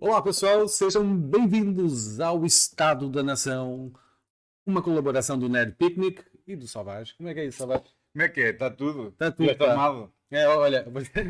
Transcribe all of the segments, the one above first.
Olá pessoal, sejam bem-vindos ao Estado da Nação, uma colaboração do Nerd Picnic e do Salvage. Como é que é isso, Salvage? Como é que é? Está tudo? Está tudo, Já está armado? Olha,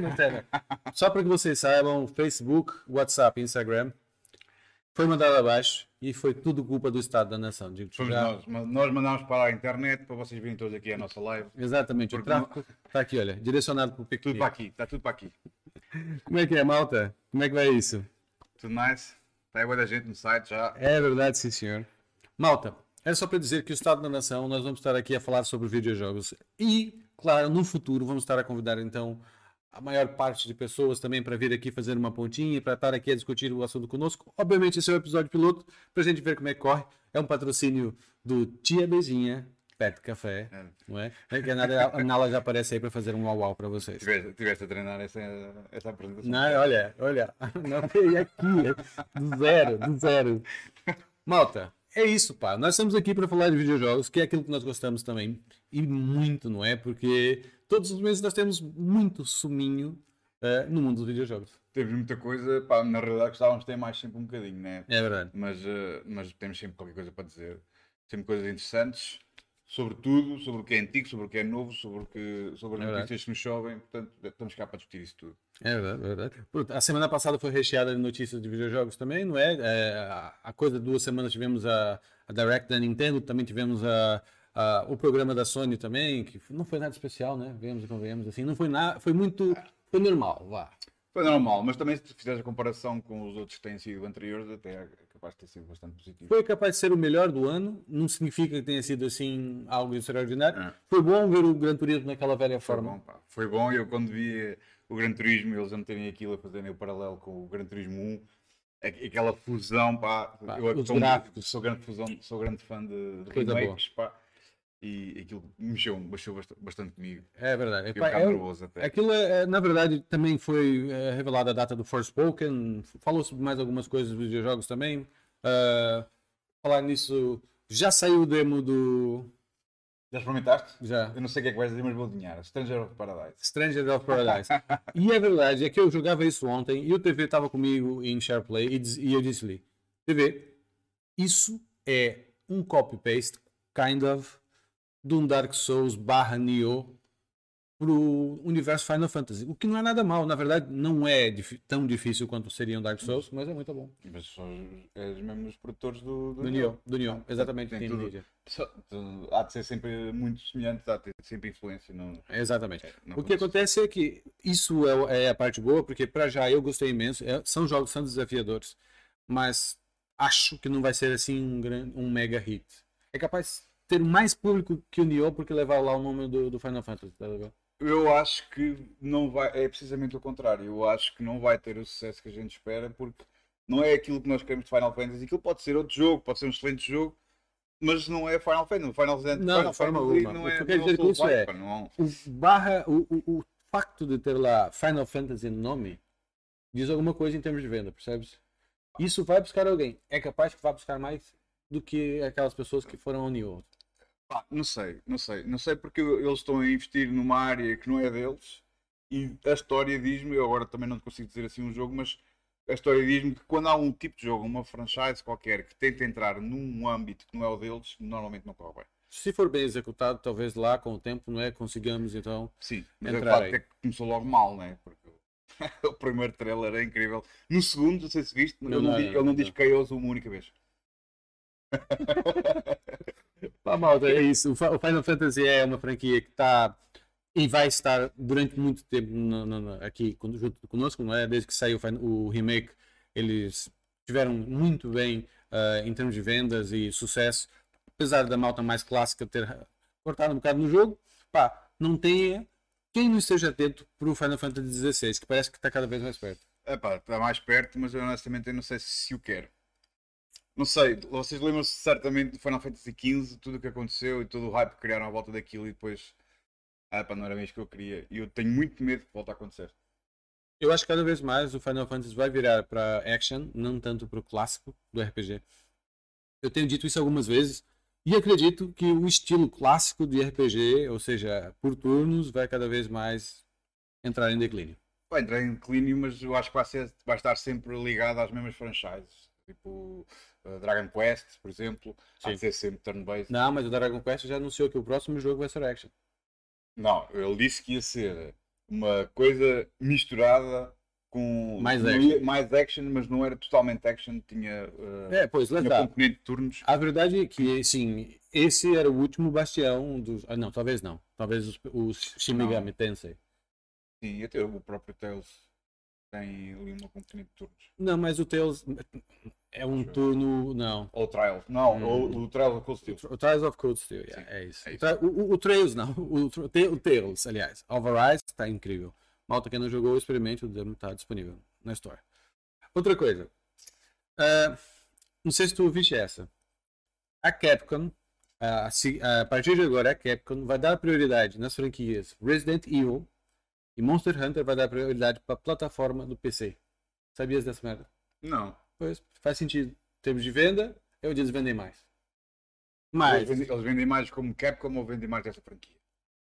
só para que vocês saibam, Facebook, WhatsApp e Instagram foi mandado abaixo e foi tudo culpa do Estado da Nação. Fomos nós mandámos para a internet para vocês virem todos aqui à nossa live. Exatamente, o tráfego está aqui, olha, direcionado para o Picnic. Tudo para aqui, está tudo para aqui. Como é que é, malta? Como é que vai isso? Tudo nice? Está aí boa da gente no site já. É verdade, sim senhor. Malta, é só para dizer que o Estado da Nação, nós vamos estar aqui a falar sobre videojogos e, claro, no futuro vamos estar a convidar então a maior parte de pessoas também para vir aqui fazer uma pontinha, para estar aqui a discutir o assunto conosco. Obviamente esse é o episódio piloto, para a gente ver como é que corre. É um patrocínio do Tia Beijinha Pet Café, não é? Que a Nala já aparece aí para fazer um uau para vocês. Tiveste a treinar essa apresentação. Não, olha, não foi aqui, do zero. Malta, é isso, pá. Nós estamos aqui para falar de videojogos, que é aquilo que nós gostamos também, e muito, não é? Porque todos os meses nós temos muito suminho no mundo dos videojogos. Temos muita coisa, pá, na realidade gostávamos de ter mais sempre um bocadinho, né? É verdade. Mas temos sempre qualquer coisa para dizer. Sempre coisas interessantes, sobre tudo, sobre o que é antigo, sobre o que é novo, sobre as notícias que nos chovem, portanto, estamos cá para discutir isso tudo. É verdade, é verdade. A semana passada foi recheada de notícias de videojogos também, não é? A coisa de 2 semanas tivemos a Direct da Nintendo, também tivemos o programa da Sony também, que não foi nada especial, né? Vemos e convenhamos, assim, não foi nada, foi normal, vá. Foi normal, mas também se fizeres a comparação com os outros que têm sido anteriores, até é capaz de ter sido bastante positivo. Foi capaz de ser o melhor do ano, não significa que tenha sido assim algo extraordinário. Foi bom ver o Gran Turismo naquela velha forma. Bom, pá. Foi bom, eu quando vi o Gran Turismo, eles a meterem aquilo a fazerem o paralelo com o Gran Turismo 1, aquela fusão, pá, os gráficos. Sou grande fã de remakes, pá. E aquilo mexeu bastante comigo. É verdade. Eu ficava nervoso até. Aquilo, na verdade, também foi revelada a data do Forspoken. Falou-se mais algumas coisas dos videojogos também. Falar nisso, já saiu o demo do... Já experimentaste? Já. Eu não sei o que é que vais dizer, mas vou adivinhar. Stranger of Paradise. E a verdade é que eu jogava isso ontem e o TV estava comigo em SharePlay e eu disse-lhe, TV, isso é um copy-paste, kind of, de um Dark Souls / Nioh pro universo Final Fantasy. O que não é nada mal, na verdade não é tão difícil quanto seria um Dark Souls, mas é muito bom. Mas são os mesmos produtores do Nioh. Exatamente. Tem tudo. Há de ser sempre muito semelhante, há de ter sempre influência. Não, exatamente. O que acontece é que isso é a parte boa, porque para já eu gostei imenso, são jogos, são desafiadores, mas acho que não vai ser assim um mega hit. É capaz ter mais público que o Nioh porque levar lá o nome do Final Fantasy, tá ligado? Eu acho que não vai, é precisamente o contrário. Eu acho que não vai ter o sucesso que a gente espera porque não é aquilo que nós queremos de Final Fantasy. Aquilo pode ser outro jogo, pode ser um excelente jogo, mas não é Final Fantasy. Final Fantasy não é. O que eu quero dizer com isso é o facto de ter lá Final Fantasy no nome diz alguma coisa em termos de venda, percebes? Isso vai buscar alguém. É capaz que vai buscar mais do que aquelas pessoas que foram ao Nioh. Não sei porque eles estão a investir numa área que não é deles e a história diz-me, eu agora também não consigo dizer assim um jogo, mas a história diz-me que quando há um tipo de jogo, uma franchise qualquer que tenta entrar num âmbito que não é o deles, normalmente não corre bem. Se for bem executado, talvez lá com o tempo, não é? Consigamos então. Sim, mas entrar aí. É que começou logo mal, né? Porque o primeiro trailer é incrível. No segundo, não sei se viste, ele não diz que caiu uma única vez. Malta, é isso. O Final Fantasy é uma franquia que está e vai estar durante muito tempo aqui junto conosco, não é? Desde que saiu o remake, eles estiveram muito bem em termos de vendas e sucesso. Apesar da malta mais clássica ter cortado um bocado no jogo, pá, não tenha quem não esteja atento para o Final Fantasy XVI, que parece que está cada vez mais perto. Está mais perto, mas eu honestamente não sei se o quero. Não sei, vocês lembram-se certamente do Final Fantasy XV, tudo o que aconteceu e todo o hype que criaram à volta daquilo e depois não era mesmo que eu queria. E eu tenho muito medo que volte a acontecer. Eu acho que cada vez mais o Final Fantasy vai virar para action, não tanto para o clássico do RPG. Eu tenho dito isso algumas vezes e acredito que o estilo clássico de RPG, ou seja, por turnos, vai cada vez mais entrar em declínio. vai entrar em declínio, mas eu acho que vai estar sempre ligado às mesmas franchises. Tipo, Dragon Quest, por exemplo, há de ser sempre turn-based. Não, mas o Dragon Quest já anunciou que o próximo jogo vai ser action. Não, ele disse que ia ser uma coisa misturada com Mais action, mas não era totalmente action, tinha, Pois, lá tinha está. componente de turnos. A verdade é que, sim, esse era o último bastião dos... Ah, não, talvez não. Talvez os Shin Megami Tensei. Sim, até o próprio Tales tem ali uma componente de turnos. Não, mas o Tales é um turno... Não. Ou Trials. Não, o Trials of Cold Steel. O Trials of Cold Steel, Sim, é isso. é isso. O Trails não. O Tales, aliás. Overrise está incrível. Malta que não jogou, experimente, o demo está disponível na Store. Outra coisa. Não sei se tu viste essa. A Capcom, a partir de agora, a Capcom vai dar prioridade nas franquias Resident Evil e Monster Hunter vai dar prioridade para a plataforma do PC. Sabias dessa merda? Não. Pois, faz sentido. Em termos de venda, é onde eles vendem mais. Mas Eles vendem mais como Capcom ou vendem mais dessa franquia?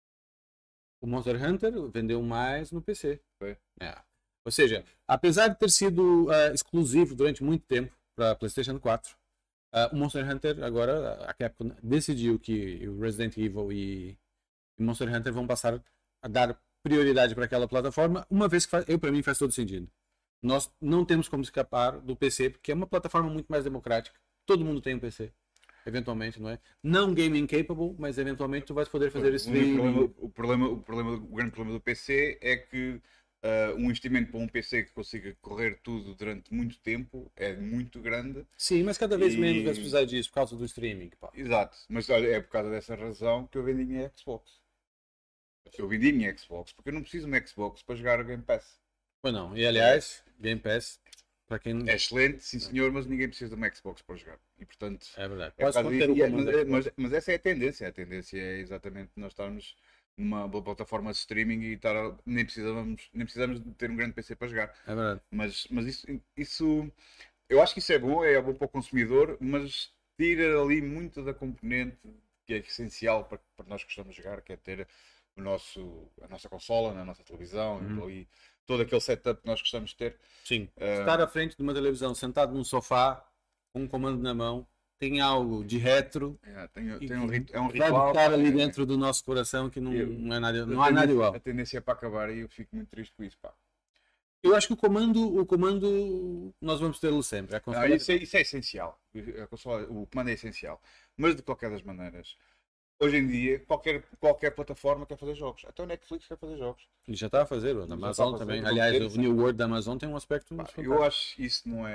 o Monster Hunter vendeu mais no PC. Foi. Ou seja, apesar de ter sido exclusivo durante muito tempo para PlayStation 4, o Monster Hunter, agora a Capcom decidiu que o Resident Evil e Monster Hunter vão passar a dar prioridade para aquela plataforma, uma vez que para mim faz todo sentido. Nós não temos como escapar do PC, porque é uma plataforma muito mais democrática. Todo mundo tem um PC, eventualmente, não é? Não gaming capable, mas eventualmente tu vais poder fazer streaming. O grande problema do PC é que um investimento para um PC que consiga correr tudo durante muito tempo é muito grande. Sim, mas cada vez menos vais precisar disso por causa do streaming. Pá. Exato, mas olha, é por causa dessa razão que eu vendi a minha Xbox. Eu vendi a minha Xbox porque eu não preciso de uma Xbox para jogar o Game Pass. Pois não, e aliás, Game Pass, para quem... É excelente, sim senhor, mas ninguém precisa de uma Xbox para jogar. E portanto, é verdade. é por causa disso. Mas Essa é a tendência. A tendência é exatamente nós estarmos numa boa plataforma de streaming e nem precisamos de ter um grande PC para jogar. É verdade. Mas isso eu acho que isso é bom para o consumidor, mas tira ali muito da componente que é essencial para nós que gostamos de jogar, que é ter a nossa consola, na nossa televisão e todo aquele setup que nós gostamos de ter. Sim. Estar à frente de uma televisão, sentado num sofá, com um comando na mão, tem algo de retro. É um vai ritual. Vai ali dentro do nosso coração que não é nada, não há nada igual. A tendência é para acabar e eu fico muito triste com isso, pá. Eu acho que o comando nós vamos tê-lo sempre. Isso é essencial. O comando é essencial. Mas de qualquer das maneiras, hoje em dia, qualquer plataforma quer fazer jogos. Até o Netflix quer fazer jogos. E já está a fazer, a Amazon também. Aliás, o New World da Amazon tem um aspecto muito fantástico. Eu acho que isso não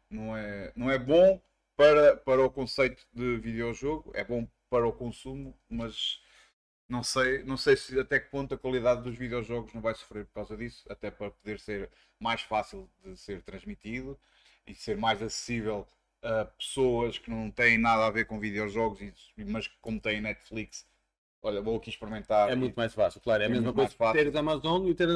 é bom para o conceito de videojogo, é bom para o consumo, mas não sei se até que ponto a qualidade dos videojogos não vai sofrer por causa disso, até para poder ser mais fácil de ser transmitido e ser mais acessível a pessoas que não têm nada a ver com videojogos, mas como têm Netflix, olha, vou aqui experimentar. É muito mais fácil, claro. É a mesma coisa que teres a Amazon e ter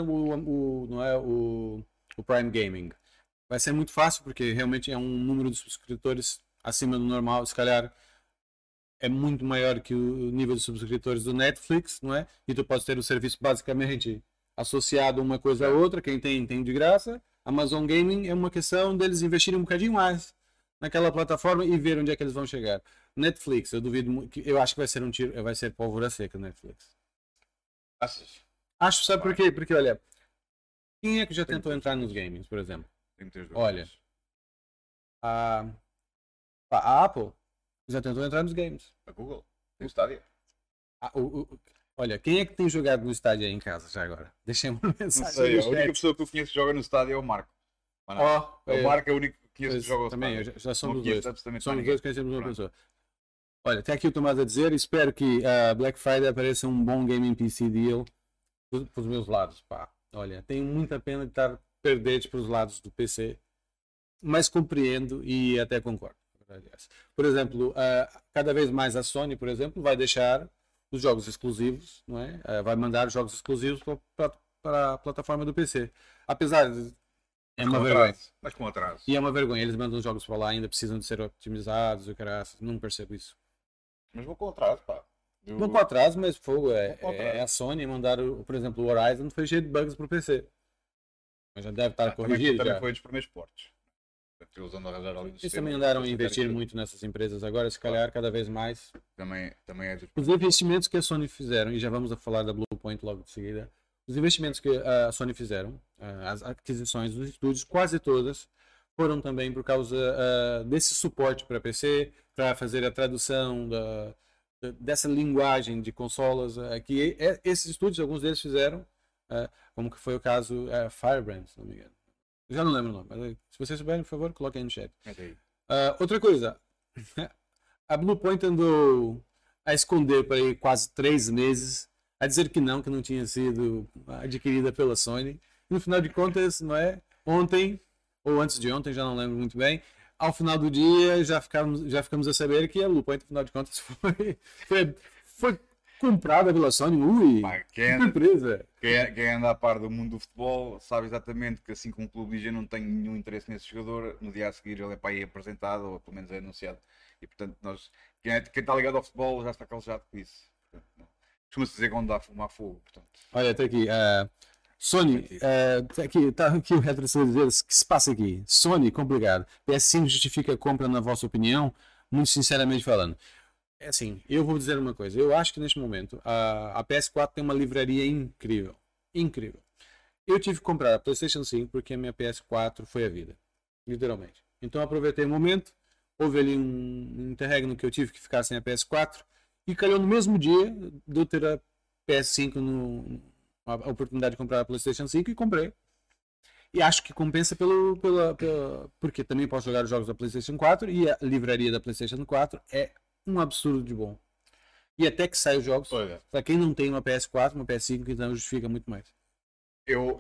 o Prime Gaming. Vai ser muito fácil porque realmente é um número de subscritores acima do normal, se calhar é muito maior que o nível de subscritores do Netflix, não é? E tu podes ter o serviço basicamente associado uma coisa a outra, quem tem de graça. Amazon Gaming é uma questão deles investirem um bocadinho mais naquela plataforma e ver onde é que eles vão chegar. Netflix, eu duvido muito, eu acho que vai ser um tiro, vai ser pólvora seca o Netflix. Achas? Acho, sabe por quê? Porque olha, quem é que já tentou entrar nos gamings, por exemplo? Olha, a Apple já tentou entrar nos games. A Google, o Stadia. Olha, quem é que tem jogado no Stadia aí em casa já agora? Deixem uma mensagem. Não sei, a única pessoa que eu conheço que joga no Stadia é o Marco. O Marco é o único que conheço que joga no Stadia. Também, já somos dois. Somos dois que conhecemos uma pessoa. Olha, tem aqui o Tomás a dizer, espero que a Black Friday apareça um bom gaming PC deal para os meus lados. Pá. Olha, tenho muita pena de estar perdidos para os lados do PC, mas compreendo e até concordo. Por exemplo, cada vez mais a Sony, por exemplo, vai deixar os jogos exclusivos, não é? Vai mandar os jogos exclusivos para a plataforma do PC. Apesar de... É uma vergonha. Mas com atraso. E é uma vergonha. Eles mandam os jogos para lá, ainda precisam de ser optimizados. Não percebo isso. Mas vou com atraso, pá. Vão com atraso, mas fogo. É a Sony mandar, por exemplo, o Horizon foi cheio de bugs para o PC. Mas já deve estar Também, corrigido. também Já. foi dos primeiros portos. Eles andam a arranjar ali no Eles sistema, também andaram a eles investir tentarem- muito nessas empresas agora, se calhar cada vez mais. Também é dos Os primeiros investimentos que a Sony fizeram, e já vamos a falar da Bluepoint logo de seguida, os investimentos que a Sony fizeram, as aquisições dos estúdios, quase todas foram também por causa desse suporte para PC, para fazer a tradução dessa linguagem de consolas, que esses estúdios, alguns deles fizeram, como que foi o caso Firebrand, se não me engano. Eu já não lembro o nome, mas se vocês souberem, por favor, coloquem aí no chat. aí. Outra coisa, a Bluepoint andou a esconder por aí quase 3 meses, a dizer que não tinha sido adquirida pela Sony. E no final de contas, não é? Ontem, ou antes de ontem, já não lembro muito bem, ao final do dia já ficamos a saber que a Bluepoint, no final de contas, foi comprada pela Sony. Ui, Pá, que surpresa! Quem anda a par do mundo do futebol sabe exatamente que assim como o clube diz, eu não tenho nenhum interesse nesse jogador, no dia a seguir ele é para aí apresentado ou pelo menos é anunciado. E portanto, quem está ligado ao futebol já está calejado com isso. Costuma-se dizer quando dá a fumar fogo. Portanto. Olha, está aqui. Sony, está aqui o Retro a dizer o que se passa aqui. Sony, complicado. PS5 justifica a compra, na vossa opinião? Muito sinceramente falando. É assim, eu vou dizer uma coisa. Eu acho que neste momento a PS4 tem uma livraria incrível. Incrível. Eu tive que comprar a PlayStation 5 porque a minha PS4 foi a vida. Literalmente. Então aproveitei o momento. Houve ali um interregno que eu tive que ficar sem a PS4. E calhou no mesmo dia de eu ter a PS5 a oportunidade de comprar a PlayStation 5 e comprei. E acho que compensa porque também posso jogar os jogos da PlayStation 4 e a livraria da PlayStation 4 é um absurdo de bom. E até que saem os jogos, para quem não tem uma PS4, uma PS5, então justifica muito mais. Eu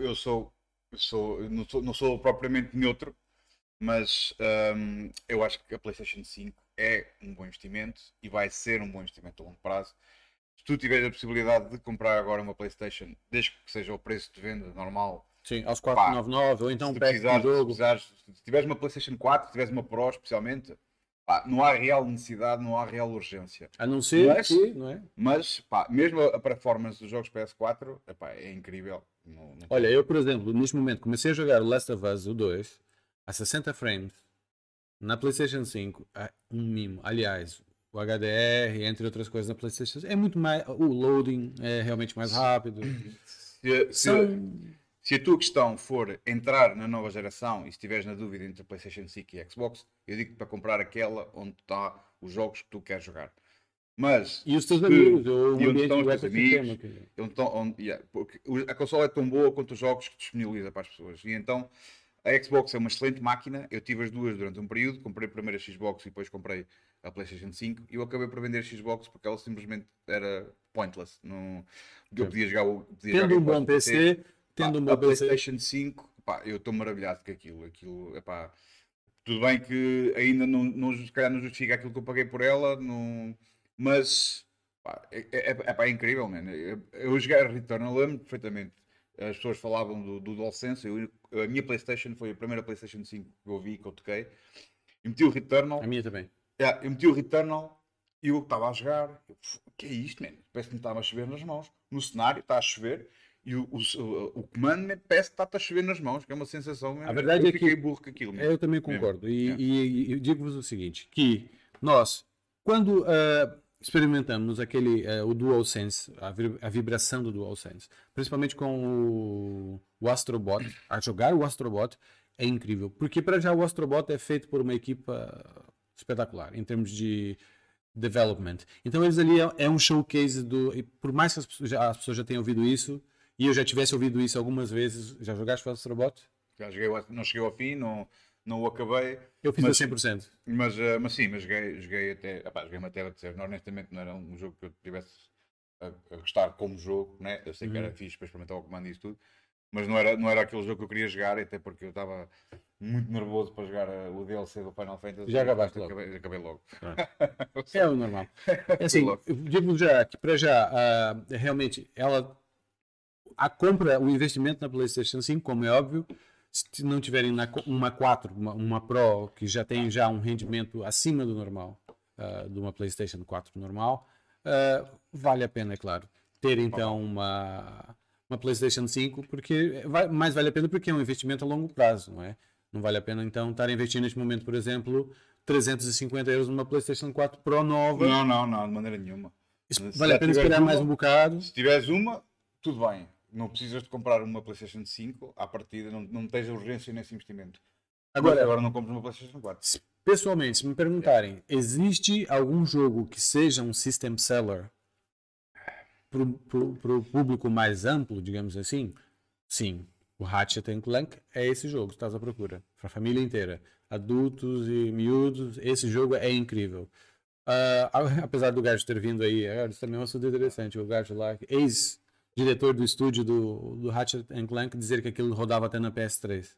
não sou propriamente neutro, mas eu acho que a PlayStation 5 é um bom investimento e vai ser um bom investimento a longo prazo. Se tu tiveres a possibilidade de comprar agora uma PlayStation, desde que seja o preço de venda normal, sim, aos 499 ou então se tiveres uma PlayStation 4, se tiveres uma Pro especialmente, pá, não há real necessidade, não há real urgência. A não ser que, não é? Mas pá, mesmo a performance dos jogos PS4 epá, é incrível. Olha, eu por exemplo, neste momento comecei a jogar o Last of Us, o 2, a 60 frames, na PlayStation 5, um mimo. Aliás, o HDR, entre outras coisas, na PlayStation 5, é muito mais. O loading é realmente mais rápido. Se a tua questão for entrar na nova geração e se estiveres na dúvida entre a PlayStation 5 e a Xbox, eu digo-te para comprar aquela onde está os jogos que tu queres jogar. Mas, e os teus amigos, ou onde estão do os teus amigos, ecossistema. porque a consola é tão boa quanto os jogos que disponibiliza para as pessoas. E então a Xbox é uma excelente máquina. Eu tive as duas durante um período. Comprei primeiro a Xbox e depois comprei a PlayStation 5. E eu acabei por vender a Xbox porque ela simplesmente era pointless. Não, eu podia jogar. Tendo um bom PC, tendo um bom PC. PlayStation 5, pá, eu estou maravilhado com aquilo. Epá, tudo bem que ainda se calhar não justifica aquilo que eu paguei por ela, mas pá, é incrível, mano. Eu joguei a Returnal, lembro perfeitamente. As pessoas falavam do DualSense. A minha PlayStation foi a primeira PlayStation 5 que eu vi, que eu toquei. E meti o Returnal. A minha também. Eu meti o Returnal e eu estava a jogar. O que é isto, mano? Parece que me estava a chover nas mãos. No cenário está a chover. E o comando parece que está a chover nas mãos, que é uma sensação. A verdade é que fiquei burro com aquilo. Eu também concordo. E eu digo-vos o seguinte: que nós, quando experimentamos o DualSense, a vibração do DualSense, principalmente com o Astrobot, a jogar o Astrobot é incrível. Porque para já o Astrobot é feito por uma equipa espetacular em termos de development. Então eles ali é um showcase por mais que as pessoas já tenham ouvido isso, e eu já tivesse ouvido isso algumas vezes. Já jogaste o Astrobot? Já joguei, não cheguei ao fim, não o acabei. Eu fiz a 100%. Mas sim, joguei até. Joguei-me até a dizer, honestamente não era um jogo que eu tivesse a gostar como jogo, né? Eu sei que era fixe para experimentar o comando e isso tudo, mas não era aquele jogo que eu queria jogar, até porque eu estava muito nervoso para jogar o DLC do Final Fantasy. Já acabaste logo? Acabei logo. É o normal. É assim, eu digo já que para já, realmente, a compra, o investimento na PlayStation 5, como é óbvio, se não tiverem uma 4, uma Pro, que já tem um rendimento acima do normal, de uma PlayStation 4 normal, vale a pena, é claro, ter então uma PlayStation 5, porque mais vale a pena porque é um investimento a longo prazo, não é? Não vale a pena então estar investindo neste momento, por exemplo, 350 euros numa PlayStation 4 Pro nova. Não, de maneira nenhuma. Vale a pena esperar mais um bocado. Se tiveres uma, tudo bem. Não precisas de comprar uma PlayStation 5 à partida, não tens urgência nesse investimento. Agora não compres uma PlayStation 4. Pessoalmente, se me perguntarem, existe algum jogo que seja um system seller para o público mais amplo, digamos assim? Sim. O Ratchet Clank é esse jogo, estás à procura. Para a família inteira. Adultos e miúdos, esse jogo é incrível. Apesar do gajo ter vindo aí, isso também é um assunto interessante. O gajo lá, ex-diretor do estúdio do Ratchet Clank, dizer que aquilo rodava até na PS3.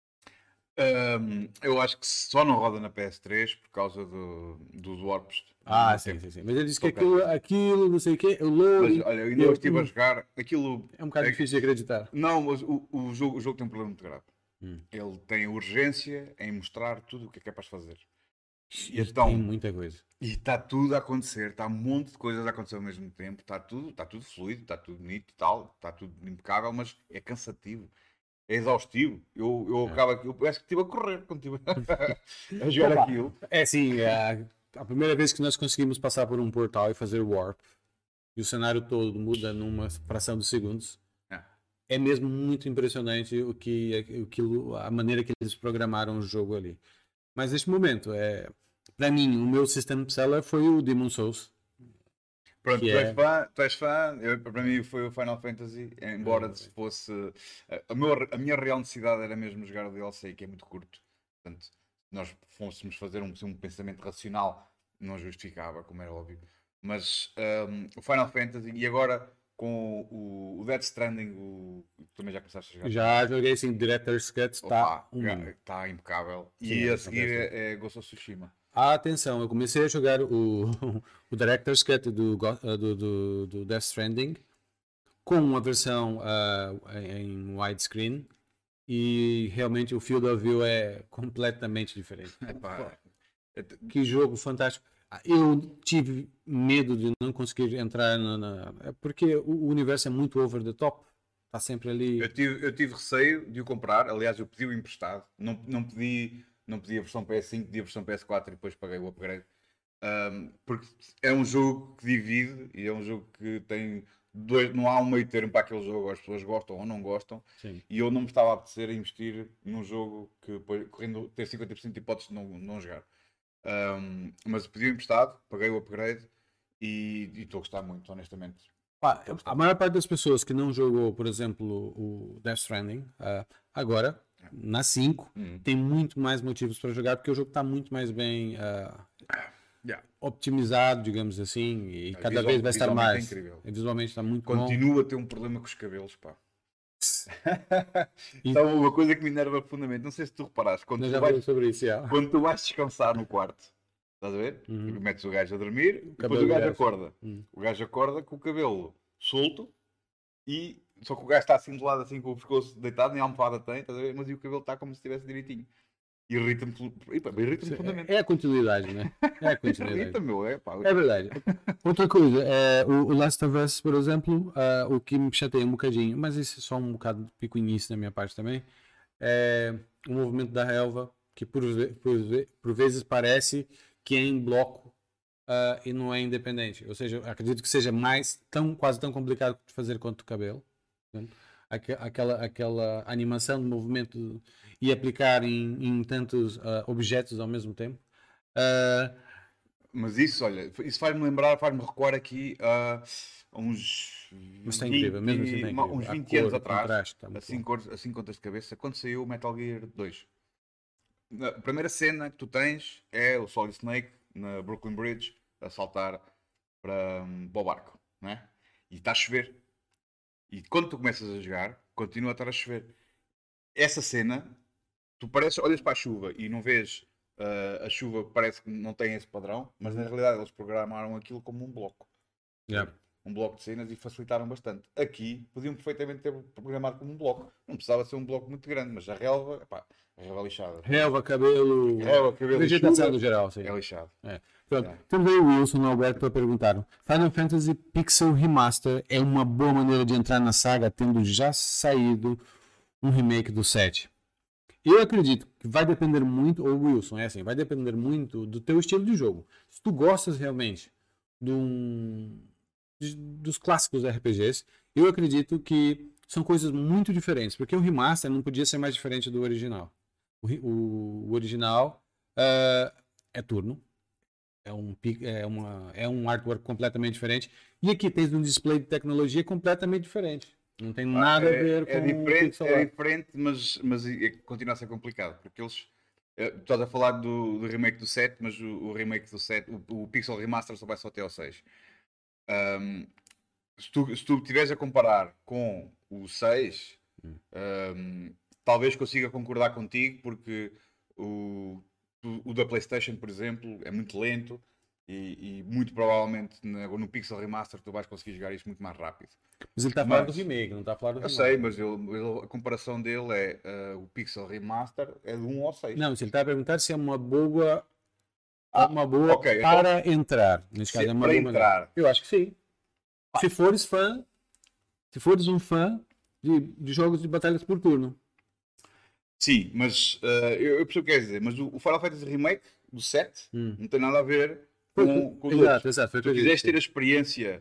Eu acho que só não roda na PS3 por causa dos warps. Sim. Mas ele disse que aquilo, não sei o quê, o load. Mas olha, eu ainda estive a jogar. Aquilo é um bocado difícil de acreditar. Não, mas o jogo tem um problema muito grave. Ele tem urgência em mostrar tudo o que é capaz de fazer. E então, tem muita coisa. E está tudo a acontecer, está um monte de coisas a acontecer ao mesmo tempo, está tudo fluido, está tudo bonito e tal, está tudo impecável, mas é cansativo. É exaustivo. Eu parece que estive a correr quando estive a jogar aquilo. É assim, a primeira vez que nós conseguimos passar por um portal e fazer warp, e o cenário todo muda numa fração de segundos, é mesmo muito impressionante a maneira que eles programaram o jogo ali. Mas neste momento, para mim, o meu system seller foi o Demon's Souls. Pronto, tu és fã, para mim foi o Final Fantasy, embora se fosse... A minha real necessidade era mesmo jogar o DLC, que é muito curto. Portanto, se nós fôssemos fazer um pensamento racional, não justificava, como era óbvio. Mas o Final Fantasy, e agora com o Death Stranding, também já começaste a jogar? Já joguei assim, Director's Cut, está impecável. Sim, e a seguir é Ghost of Tsushima. Atenção, eu comecei a jogar o Director's Cut do Death Stranding com uma versão em widescreen e realmente o field of view é completamente diferente. Que jogo fantástico. Eu tive medo de não conseguir entrar porque o universo é muito over the top. Está sempre ali. Eu tive receio de o comprar. Aliás, eu pedi-o emprestado. Não pedi a versão PS5, pedi a versão PS4 e depois paguei o upgrade. Porque é um jogo que divide e é um jogo que tem não há um meio termo para aquele jogo. As pessoas gostam ou não gostam. Sim. E eu não me estava a apetecer a investir num jogo que depois, correndo ter 50% de hipótese de não jogar. Mas pedi emprestado, paguei o upgrade e estou a gostar muito, honestamente. A maior parte das pessoas que não jogou, por exemplo, o Death Stranding, agora, na 5, tem muito mais motivos para jogar, porque o jogo está muito mais bem optimizado, digamos assim, e cada vez vai estar mais. Visualmente está muito bom. Continua a ter um problema com os cabelos, pá. Então, uma coisa que me enerva profundamente, não sei se tu reparaste, quando tu vais descansar no quarto, estás a ver? Metes o gajo a dormir, depois o gajo acorda. O gajo acorda com o cabelo solto, só que o gajo está assim de lado, assim com o pescoço deitado, nem a almofada tem, estás a ver? Mas o cabelo está como se estivesse direitinho. Irrita-me profundamente. É a continuidade, né? É a continuidade. Irrita-me, é verdade. Outra coisa, o Last of Us, por exemplo, o que me chateia um bocadinho, mas isso é só um bocado de picuinice da minha parte também, é o movimento da relva, que por vezes parece que é em bloco e não é independente. Ou seja, acredito que seja quase tão complicado de fazer quanto o cabelo. Né? Aquela animação de movimento e aplicar em tantos objetos ao mesmo tempo. Mas isso, olha, isso faz-me recuar aqui a uns 20 anos atrás, assim contas de cabeça, quando saiu o Metal Gear 2. A primeira cena que tu tens é o Solid Snake na Brooklyn Bridge a saltar para o barco, não é? E está a chover. E quando tu começas a jogar, continua a estar a chover. Essa cena, tu olhas para a chuva e não vês a chuva, parece que não tem esse padrão, mas na realidade eles programaram aquilo como um bloco. um bloco de cenas e facilitaram bastante. Aqui podiam perfeitamente ter programado como um bloco. Não precisava ser um bloco muito grande, mas a relva, epá, a relva é lixada. Relva, cabelo. Relva, cabelo e Vegetação chuva no geral, sim. é lixado. Pronto. Temos aí o Wilson e o Alberto a perguntaram: Final Fantasy Pixel Remaster é uma boa maneira de entrar na saga, tendo já saído um remake do 7? Eu acredito que vai depender muito, ou Wilson, é assim, vai depender muito do teu estilo de jogo. Se tu gostas realmente dos clássicos RPGs, eu acredito que são coisas muito diferentes, porque o remaster não podia ser mais diferente do original. O original é turno, é um artwork completamente diferente, e aqui tens um display de tecnologia completamente diferente. Não tem nada a ver com diferente, o pixel art. É diferente, mas continua a ser complicado, porque eles... Tu estás a falar do remake do 7, mas o remake do 7, o Pixel Remaster só vai só até ao 6. Se tu estiveres a comparar com o 6, talvez consiga concordar contigo, porque o da PlayStation, por exemplo, é muito lento e muito provavelmente no Pixel Remaster tu vais conseguir jogar isto muito mais rápido. Mas ele está a falar do remake, não está a falar do remake. Eu sei, mas a comparação dele é o Pixel Remaster é de 1 ao 6. Não, se ele está a perguntar se é uma boa okay, para entrar. Neste caso, é uma para boa entrar. Maneira. Eu acho que sim. Se fores um fã de jogos de batalhas por turno. Sim, mas eu percebo o que quer dizer, mas o Final Fantasy Remake do 7 não tem nada a ver com os outros. Exato. Se tu quiseres ter a experiência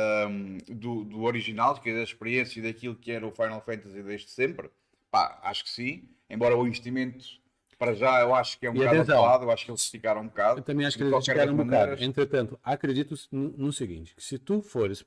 do original, se quiseres a experiência daquilo que era o Final Fantasy desde sempre, pá, acho que sim. Embora o investimento, para já, eu acho que é um bocado adequado, eu acho que eles esticaram um bocado. Eu também acho que eles esticaram um bocado. Entretanto, acredito no seguinte, que se tu fores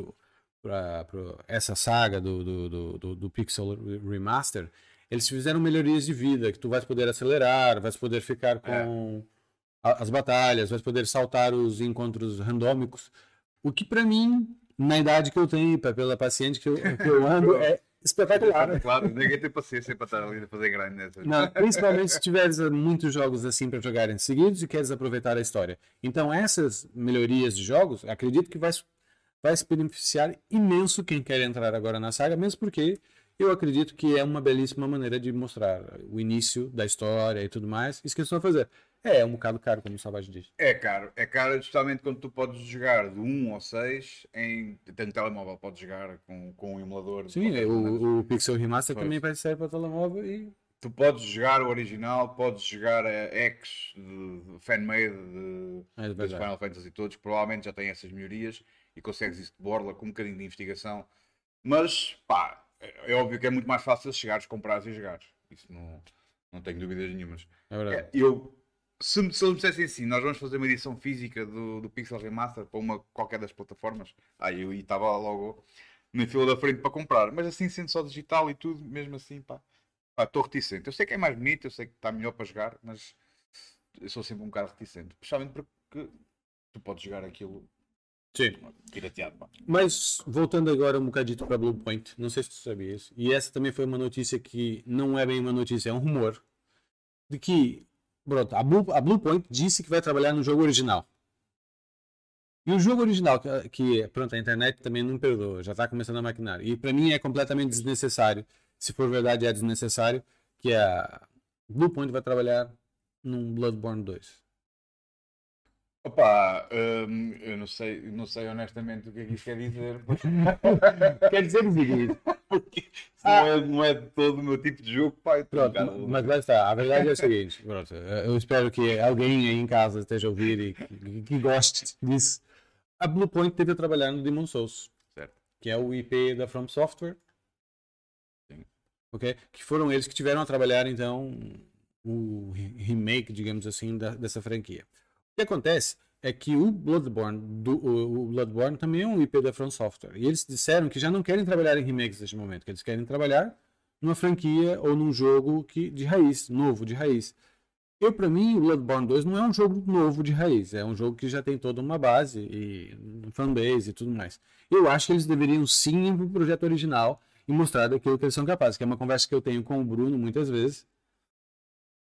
para essa saga do Pixel Remaster, eles fizeram melhorias de vida, que tu vais poder acelerar, vais poder ficar com as batalhas, vais poder saltar os encontros randômicos. O que para mim, na idade que eu tenho, pela paciente que eu ando, é espetacular. Claro, ninguém tem paciência para estar ali a fazer grande nessas. Não, principalmente se tiveres muitos jogos assim para jogarem seguidos e queres aproveitar a história. Então essas melhorias de jogos, acredito que vai se beneficiar imenso quem quer entrar agora na saga, mesmo porque eu acredito que é uma belíssima maneira de mostrar o início da história e tudo mais. Isso que eles estão a fazer. É um bocado caro, como o Savage diz. É caro justamente quando tu podes jogar do 1 ao 6 em telemóvel, podes jogar com um emulador. Sim, o Pixel Remaster também vai ser para telemóvel e... Tu podes jogar o original, podes jogar a X de fan-made dos Final Fantasy todos, que provavelmente já têm essas melhorias e consegues isso de borla com um bocadinho de investigação. Mas, pá, é óbvio que é muito mais fácil chegares, comprares e jogares. Isso não tenho dúvidas nenhumas. É verdade. Se eles me dissessem assim, nós vamos fazer uma edição física do Pixel Remaster para qualquer das plataformas, eu estava logo na fila da frente para comprar. Mas assim, sendo só digital e tudo, mesmo assim, estou reticente. Eu sei que é mais bonito, eu sei que está melhor para jogar, mas eu sou sempre um bocado reticente. Principalmente porque tu podes jogar aquilo pirateado. Mas voltando agora um bocadito para Bluepoint, não sei se tu sabias, e essa também foi uma notícia que não é bem uma notícia, é um rumor, de que pronto, a Bluepoint disse que vai trabalhar no jogo original. E o jogo original, que pronto, a internet também não perdoa, já está começando a maquinar. E para mim é completamente desnecessário, se for verdade é desnecessário, que a Bluepoint vai trabalhar num Bloodborne 2. Opa, eu não sei honestamente o que é que isso quer dizer. Quer dizer o seguinte. Não é de todo o meu tipo de jogo, pai. Pronto, mas lá está, a verdade é o seguinte, pronto, eu espero que alguém aí em casa esteja a ouvir e que goste disso. A Bluepoint teve a trabalhar no Demon's Souls, certo, que é o IP da From Software. Sim. Okay? Que foram eles que tiveram a trabalhar então o remake, digamos assim, dessa franquia. O que acontece é que o Bloodborne também é um IP da From Software. E eles disseram que já não querem trabalhar em remakes neste momento, que eles querem trabalhar numa franquia ou num jogo de raiz, novo, de raiz. Para mim, o Bloodborne 2 não é um jogo novo de raiz, é um jogo que já tem toda uma base, e fanbase e tudo mais. Eu acho que eles deveriam sim ir para o projeto original e mostrar daquilo que eles são capazes, que é uma conversa que eu tenho com o Bruno muitas vezes,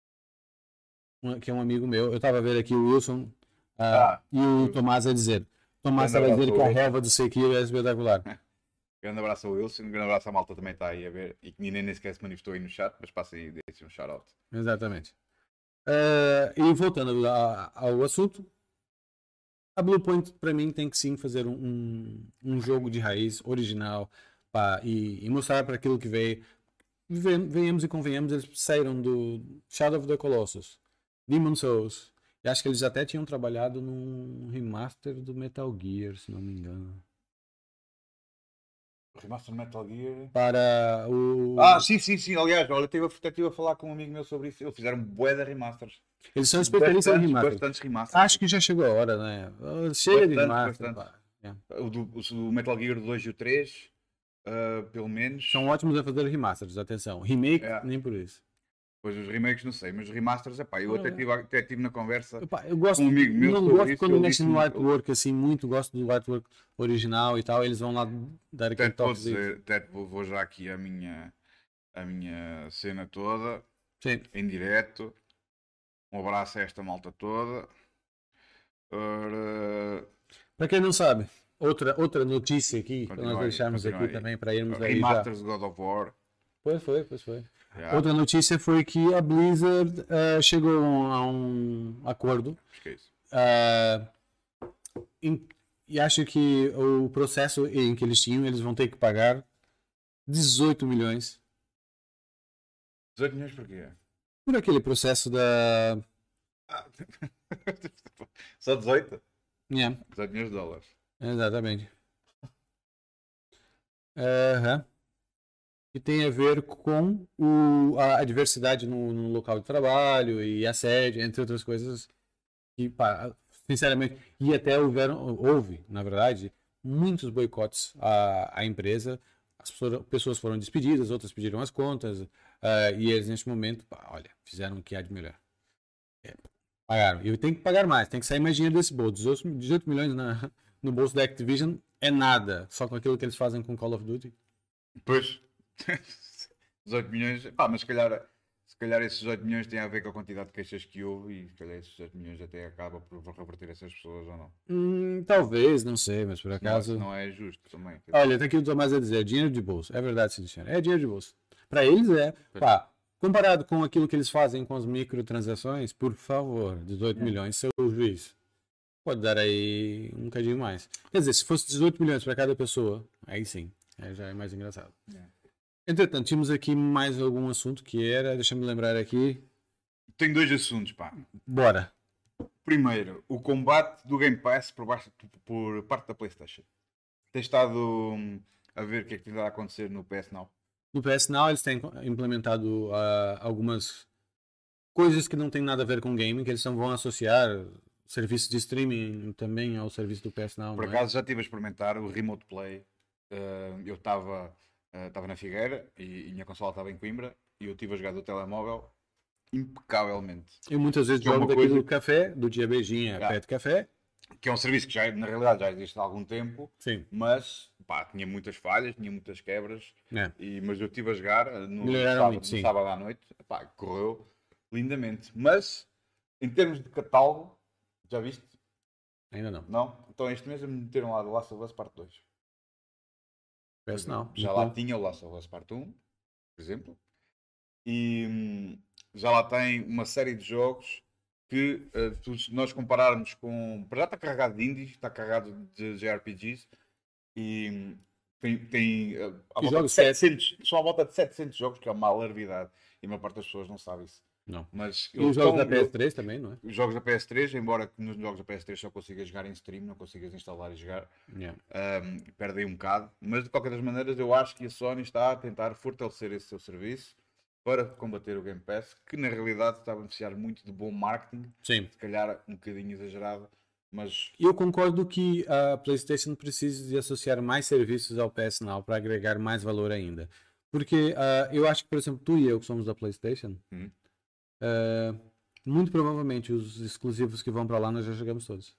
que é um amigo meu. Eu estava vendo aqui o Wilson e o Tomás a dizer: Tomás Grande estava a dizer abraço que a ao Wilson. relva do Sekiro é espetacular. Grande abraço ao Wilson, grande abraço à malta também está aí a ver e que nem sequer se manifestou aí no chat, mas passem aí, deixem um shout-out. Exatamente. E voltando ao assunto, a Bluepoint para mim tem que sim fazer um jogo de raiz original e mostrar para aquilo que veio. Venhamos e convenhamos, eles saíram do Shadow of the Colossus, Demon's Souls, e acho que eles até tinham trabalhado num remaster do Metal Gear, se não me engano. Remaster Metal Gear. Para o. Sim. Aliás, olha, até estive a falar com um amigo meu sobre isso. Eles fizeram bué de remasters. Eles são especialistas em remaster. Bastantes remasters. Acho que já chegou a hora, né? Chega de remaster. Bastante. O Metal Gear 2 e o 3, pelo menos. São ótimos a fazer remasters, atenção. Remake, nem por isso. Pois os remakes não sei, mas os remasters, eu até tive na conversa eu gosto, com um amigo meu. Não gosto quando mexem no artwork assim, muito gosto do artwork original e tal, eles vão lá dar aquele toque. Até vou já aqui a minha cena toda, sim, em direto. Um abraço a esta malta toda. Para quem não sabe, outra notícia aqui, para nós deixarmos aqui aí. Também, para irmos aí Remasters God of War. Pois foi. Outra notícia foi que a Blizzard chegou a um acordo. Acho que é isso. E acho que o processo em que eles tinham, eles vão ter que pagar 18 milhões. 18 milhões por quê? Por aquele processo da... Só 18? Yeah. 18 milhões de dólares. Exatamente. Que tem a ver com a diversidade no local de trabalho e assédio, entre outras coisas. Que, sinceramente, e até houve, na verdade, muitos boicotes à empresa. As pessoas foram despedidas, outras pediram as contas, e eles, neste momento, olha, fizeram o que há de melhor. Pagaram. E tem que pagar mais, tem que sair mais dinheiro desse bolso. 18 milhões no bolso da Activision é nada, só com aquilo que eles fazem com Call of Duty. Pois, 18 milhões, mas se calhar esses 18 milhões têm a ver com a quantidade de queixas que houve e se calhar esses 18 milhões até acaba por reverter essas pessoas ou não. Talvez, não sei, mas por acaso... Não é justo também. Olha, está aqui o Tomás a dizer, dinheiro de bolso. É verdade, Cristiano, é dinheiro de bolso. Para eles é. Comparado com aquilo que eles fazem com as microtransações, por favor, 18 milhões, seu juiz. Pode dar aí um cadinho mais. Quer dizer, se fosse 18 milhões para cada pessoa, aí sim, aí já é mais engraçado. Entretanto, tínhamos aqui mais algum assunto que era, deixa-me lembrar aqui. Tenho 2 assuntos, Bora. Primeiro, o combate do Game Pass por parte da PlayStation. Tens estado a ver o que é que está a acontecer no PS Now? No PS Now eles têm implementado algumas coisas que não têm nada a ver com gaming, que eles vão associar serviço de streaming também ao serviço do PS Now. Por acaso já estive a experimentar o Remote Play. Eu estava na Figueira e a minha consola estava em Coimbra e eu estive a jogar do telemóvel impecavelmente. Eu muitas vezes jogo daqui do café, do Dia Beijinha, pé de café. Que é um serviço que já, na realidade, já existe há algum tempo. Sim. Mas tinha muitas falhas, tinha muitas quebras. Mas eu estive a jogar no sábado à noite. Correu lindamente. Mas, em termos de catálogo, já viste? Ainda não. Não? Então este mês me meteram lá The Last of Us Part 2. Não. Já lá tinha o Last of Us Part 1, por exemplo. E já lá tem uma série de jogos que, se nós compararmos com... Já está carregado de indies, está carregado de JRPGs e tem jogos 700, só à volta de 700 jogos, que é uma alarvidade. E a maior parte das pessoas não sabe isso. Não. Mas e os jogos da PS3 também, não é? Os jogos da PS3, embora nos jogos da PS3 só consigas jogar em stream, não consigas instalar e jogar, perde aí um bocado. Mas de qualquer das maneiras, eu acho que a Sony está a tentar fortalecer esse seu serviço para combater o Game Pass, que na realidade está a beneficiar muito de bom marketing. Sim. Se calhar um bocadinho exagerado, mas... Eu concordo que a PlayStation precisa de associar mais serviços ao PS Now para agregar mais valor ainda. Porque eu acho que, por exemplo, tu e eu que somos da PlayStation... muito provavelmente os exclusivos que vão para lá nós já jogamos todos.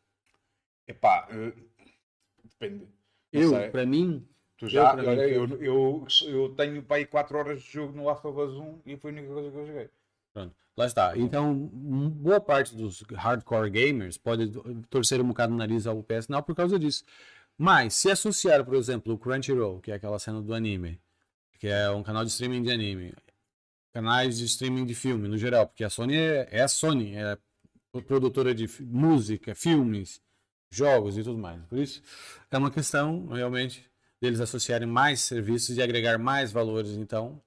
Depende. Para mim, eu tenho para aí 4 horas de jogo no Last of Us 1 e foi a única coisa que eu joguei. Pronto. Lá está. Então, boa parte dos hardcore gamers pode torcer um bocado o nariz ao PS Now por causa disso. Mas, se associar, por exemplo, o Crunchyroll, que é aquela cena do anime, que é um canal de streaming de anime, canais de streaming de filme, no geral, porque a Sony é a Sony, é produtora de música, filmes, jogos e tudo mais. Por isso, é uma questão, realmente, deles associarem mais serviços e agregar mais valores, então,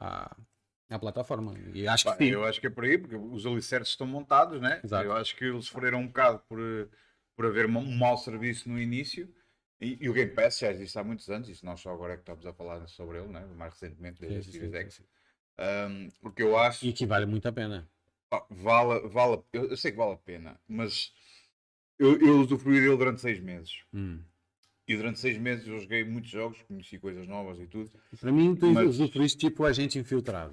à plataforma. E acho que sim. Eu acho que é por aí, porque os alicerces estão montados, né? Exato. Eu acho que eles sofreram um bocado por haver um mau serviço no início. E o Game Pass já existe há muitos anos, isso nós só agora é que estamos a falar sobre ele, né? Mais recentemente, desde a Series X. Porque eu acho. E que vale muito a pena. Eu sei que vale a pena, mas eu usufruí dele durante 6 meses. E durante 6 meses eu joguei muitos jogos, conheci coisas novas e tudo. Para mim, tu usufruíste tipo agente infiltrado.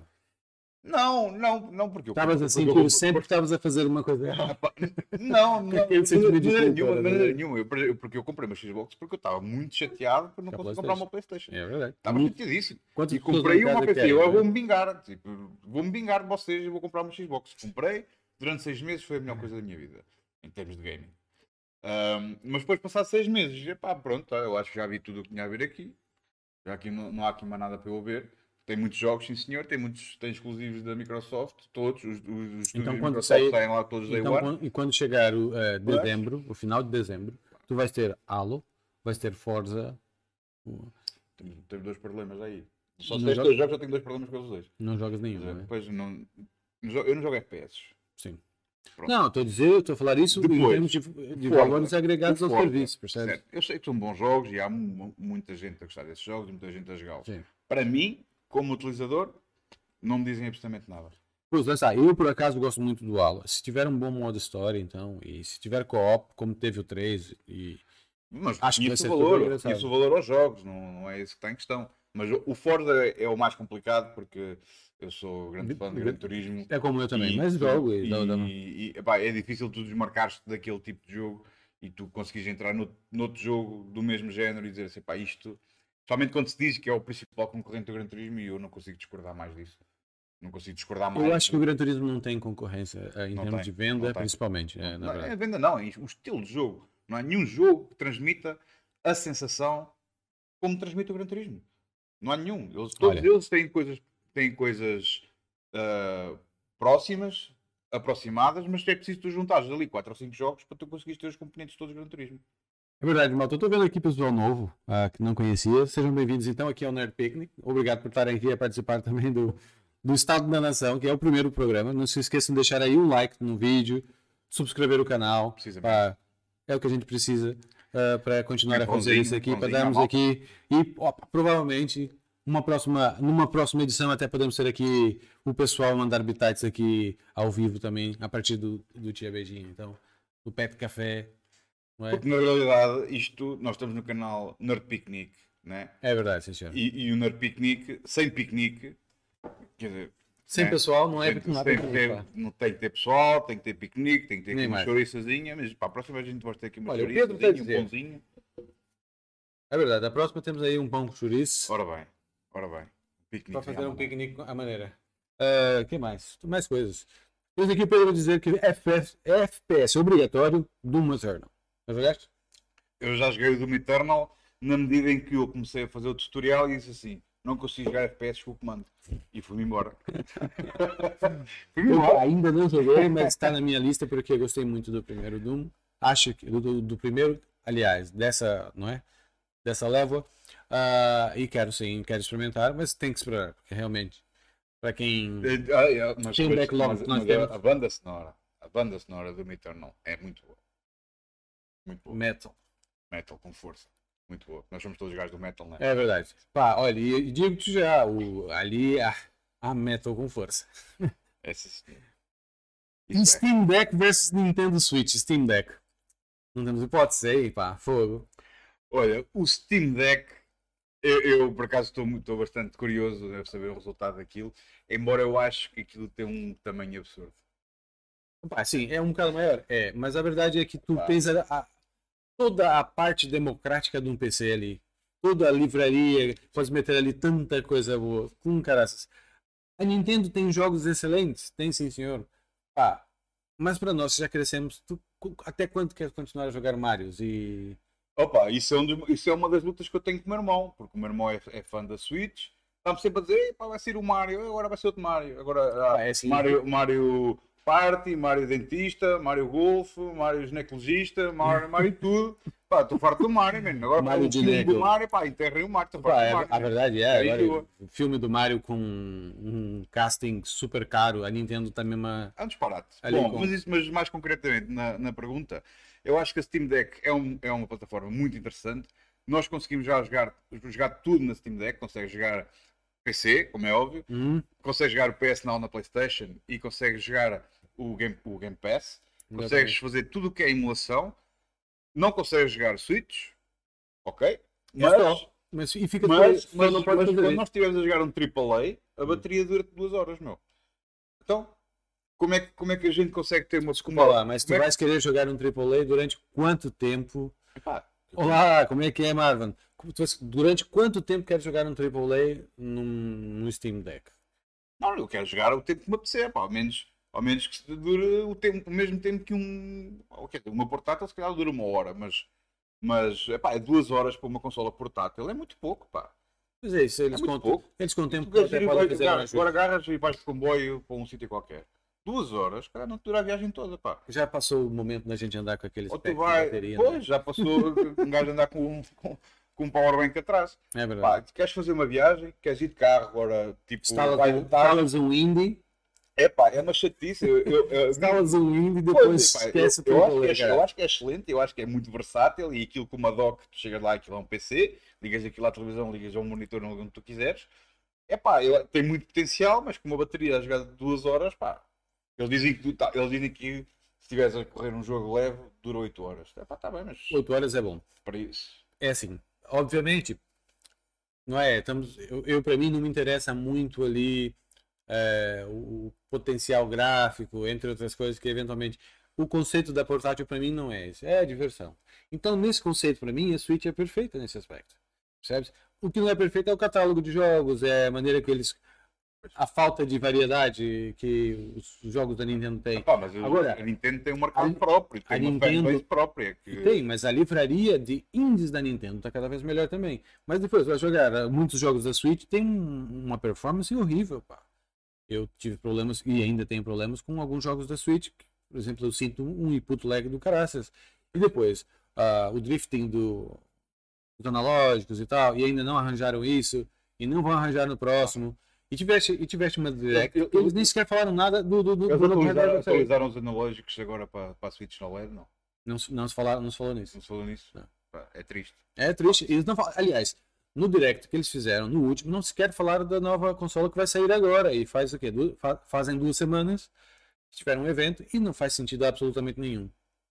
Não, porque eu... Estavas assim, tu sempre estavas a fazer uma coisa errada. Não, de maneira nenhuma. Porque eu comprei uma Xbox porque eu estava muito chateado por não conseguir comprar uma Playstation. É verdade. Estava chateadíssimo. E comprei uma PC. Eu vou-me vingar. Vou-me vingar de vocês e vou comprar uma Xbox. Comprei. Durante 6 meses foi a melhor coisa da minha vida. Em termos de gaming. Mas depois, passados 6 meses, pronto, eu acho que já vi tudo o que tinha a ver aqui. Já aqui não há aqui mais nada para eu ver. Tem muitos jogos, sim senhor, tem exclusivos da Microsoft, todos os estúdios da Microsoft saem lá todos day one. E quando chegar dezembro, o final de dezembro, tu vais ter Halo, vais ter Forza. Temos 2 problemas aí. Só se tens 2 jogos, já tenho 2 problemas com os 2. Não jogas nenhum, né? Depois eu não jogo FPS. Sim. Pronto. Não, estou a falar isso depois, em termos de valores agregados ao serviço, percebes? Certo. Eu sei que são bons jogos e há muita gente a gostar desses jogos e muita gente a jogá-los. Para mim, como utilizador, não me dizem absolutamente nada. Pois, está. Eu, por acaso, gosto muito do Halo. Se tiver um bom modo história, então, e se tiver co-op, como teve o 3, mas acho que conheço o valor aos jogos, não é isso que está em questão. Mas o Forza é o mais complicado, porque eu sou grande fã de Gran Turismo. É como eu também, mas jogo. É difícil tu desmarcares daquele tipo de jogo e tu conseguires entrar noutro jogo do mesmo género e dizer assim, pá, isto... Somente quando se diz que é o principal concorrente do Gran Turismo, e eu não consigo discordar mais disso. Não consigo discordar mais. Eu acho que o Gran Turismo não tem concorrência em termos de venda, principalmente. É venda não, é o estilo de jogo. Não há nenhum jogo que transmita a sensação como transmite o Gran Turismo. Não há nenhum. Todos eles têm coisas próximas, aproximadas, mas é preciso tu juntares ali 4 ou 5 jogos para tu conseguires ter os componentes todos do Gran Turismo. É verdade, malta. Eu estou vendo aqui pessoal novo, que não conhecia. Sejam bem-vindos então aqui ao Nerd Picnic. Obrigado por estarem aqui a participar também do Estado da Nação, que é o primeiro programa. Não se esqueçam de deixar aí um like no vídeo, subscrever o canal. É o que a gente precisa para continuar a fazer isso aqui, para darmos aqui. E provavelmente, numa próxima edição, até podemos ter aqui o pessoal mandar bitites aqui ao vivo também, a partir do Tia Beijinho. Então, do Pet Café. Porque na realidade, nós estamos no canal Nerd Picnic, né? É verdade, sim senhor. E o Nerd Picnic, sem piquenique, quer dizer... Sem pessoal, não é piquenique. Não tem que ter pessoal, tem que ter piquenique, tem que ter aqui uma chouriçazinha, mas para a próxima a gente vai ter aqui uma chouriçazinha, um pãozinho. É verdade, a próxima temos aí um pão com chouriço. Ora bem. Piquenique para fazer um piquenique à maneira. Que mais? Mais coisas. Temos aqui para dizer que FPS obrigatório do Eternal. Já jogaste? Eu já joguei o Doom Eternal na medida em que eu comecei a fazer o tutorial e disse assim, não consigo jogar FPS com o comando. E fui-me embora. Ainda não joguei, mas está na minha lista porque eu gostei muito do primeiro Doom. Acho que do primeiro, aliás, dessa leva. E quero experimentar, mas tem que esperar, porque realmente, para quem tem um backlog que nós temos... A banda sonora do Doom Eternal é muito boa. Muito boa. Metal com força. Muito boa. Nós somos todos gajos do metal, não é? É verdade. Pá, olha, e digo-te já, ali há metal com força. Steam Deck versus Nintendo Switch. Steam Deck. Não temos hipótese aí, pá, fogo. Olha, o Steam Deck, eu por acaso estou bastante curioso de saber o resultado daquilo, embora eu acho que aquilo tem um tamanho absurdo. Pá, sim, é um bocado maior, mas a verdade é que tu tens toda a parte democrática de um PC ali, toda a livraria, pode meter ali tanta coisa boa, com caraças. A Nintendo tem jogos excelentes, tem sim, senhor. Pá, mas para nós já crescemos. Até quando quer continuar a jogar Marios? E Opa, isso é uma das lutas que eu tenho com o meu irmão, porque o meu irmão é fã da Switch. Está-me sempre a dizer, pá, vai ser o Mario, agora vai ser outro Mario. Agora pá, é assim, Mario Party, Mario Dentista, Mario Golf, Mario Ginecologista, Mario tudo. Pá, estou farto do Mario, mano. Agora Mario o filme Gineco. do Mario, pá, enterrem o Mario, estou pá, farto do Mario. a verdade é, Aí agora, chegou. o filme do Mario com um casting super caro, a Nintendo também uma. É um disparate. Ali Bom, com- mas mais concretamente na pergunta, eu acho que a Steam Deck é uma plataforma muito interessante. Nós conseguimos já jogar tudo na Steam Deck, consegue jogar PC, como é óbvio, consegue jogar o PS Now na PlayStation e consegue jogar o Game Pass, consegues fazer tudo o que é emulação, não consegues jogar Switch, ok? Mas e fica Mas depois, não pode fazer quando isso. nós estivermos a jogar um AAA, a bateria dura 2 horas, meu. Então, como é que a gente consegue ter uma... Desculpa lá, mas tu vais querer jogar um AAA durante quanto tempo? Epá, Olá, como é que é, Marvin? Durante quanto tempo queres jogar um AAA no Steam Deck? não, eu quero jogar o tempo que me apetecer, pá, ao menos que dure o mesmo tempo que uma portátil, se calhar dura 1 hora, mas epá, é 2 horas para uma consola portátil, é muito pouco, pá. Pois é, isso eles muito contam. pouco. Eles com o Tu tempo queres até ir, podem fazer um ajuste. agora agarras e vais de comboio para um sítio qualquer. 2 horas, cara, não te dura a viagem toda, pá. Já passou o momento da gente andar com aqueles Ou tu packs de vai, bateria, pois, né? já passou um gajo andar com um powerbank atrás. É Pá, verdade. tu queres fazer uma viagem, queres ir de carro agora, tipo, vai de tarde. Instalas um indie, É pá, é uma chatice. instalas um indie e Pois, depois pá, esquece eu acho AAA, cara. eu acho que é excelente, eu acho que é muito versátil e aquilo com uma dock, tu chegas lá, aquilo é um PC, ligas aquilo à televisão, ligas ao monitor onde tu quiseres. É pá, tem muito potencial, mas com uma bateria a jogar de 2 horas, pá. Eles dizem que se estiveres a correr um jogo leve, dura 8 horas. É pá, está bem, mas 8 horas é bom. para isso. É assim, obviamente, não é? Eu para mim não me interessa muito ali o potencial gráfico, entre outras coisas que eventualmente o conceito da portátil para mim não é esse, é a diversão. Então nesse conceito para mim a Switch é perfeita nesse aspecto, percebe? O que não é perfeito é o catálogo de jogos, é a maneira que a falta de variedade que os jogos da Nintendo têm. Pá, mas Agora, a Nintendo tem um mercado próprio, tem uma fanbase própria. Tem, mas a livraria de indies da Nintendo está cada vez melhor também. Mas depois vai jogar muitos jogos da Switch, tem uma performance horrível, pá. Eu tive problemas e ainda tenho problemas com alguns jogos da Switch. Por exemplo, eu sinto um input lag do caraças. E depois, o drifting dos analógicos e tal, e ainda não arranjaram isso, e não vão arranjar no próximo. E tiveste uma direct, eles nem sequer falaram nada do Eles atualizaram os analógicos agora para a Switch na LED, não? não se falou nisso. Não se falou nisso? Não. Pá, é triste. É triste. Eles não falam, aliás, no direct que eles fizeram, no último, não sequer falaram da nova consola que vai sair agora. E faz o quê? Fazem 2 semanas que tiveram um evento e não faz sentido absolutamente nenhum.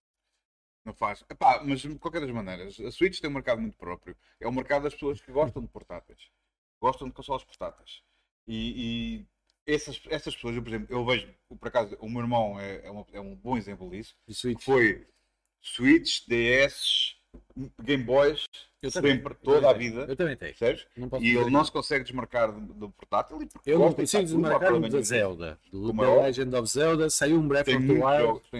Não faz. Epá, mas de qualquer das maneiras, a Switch tem um mercado muito próprio. É o mercado das pessoas que gostam de portáteis. Gostam de consolas portáteis. E essas pessoas, por exemplo, eu vejo, por acaso, o meu irmão é um bom exemplo disso. De Switch. Foi Switch, DS, Game Boys, Eu sempre, também. toda a vida. Eu também tenho. Percebes? Não posso E dizer ele que não se consegue desmarcar do portátil. E porque Eu não gosta e consigo está tudo, não há desmarcar problema da nenhum. Zelda. Do Como é The óbvio. Legend of Zelda, saiu um Breath Tem of the muitos Wild. jogos,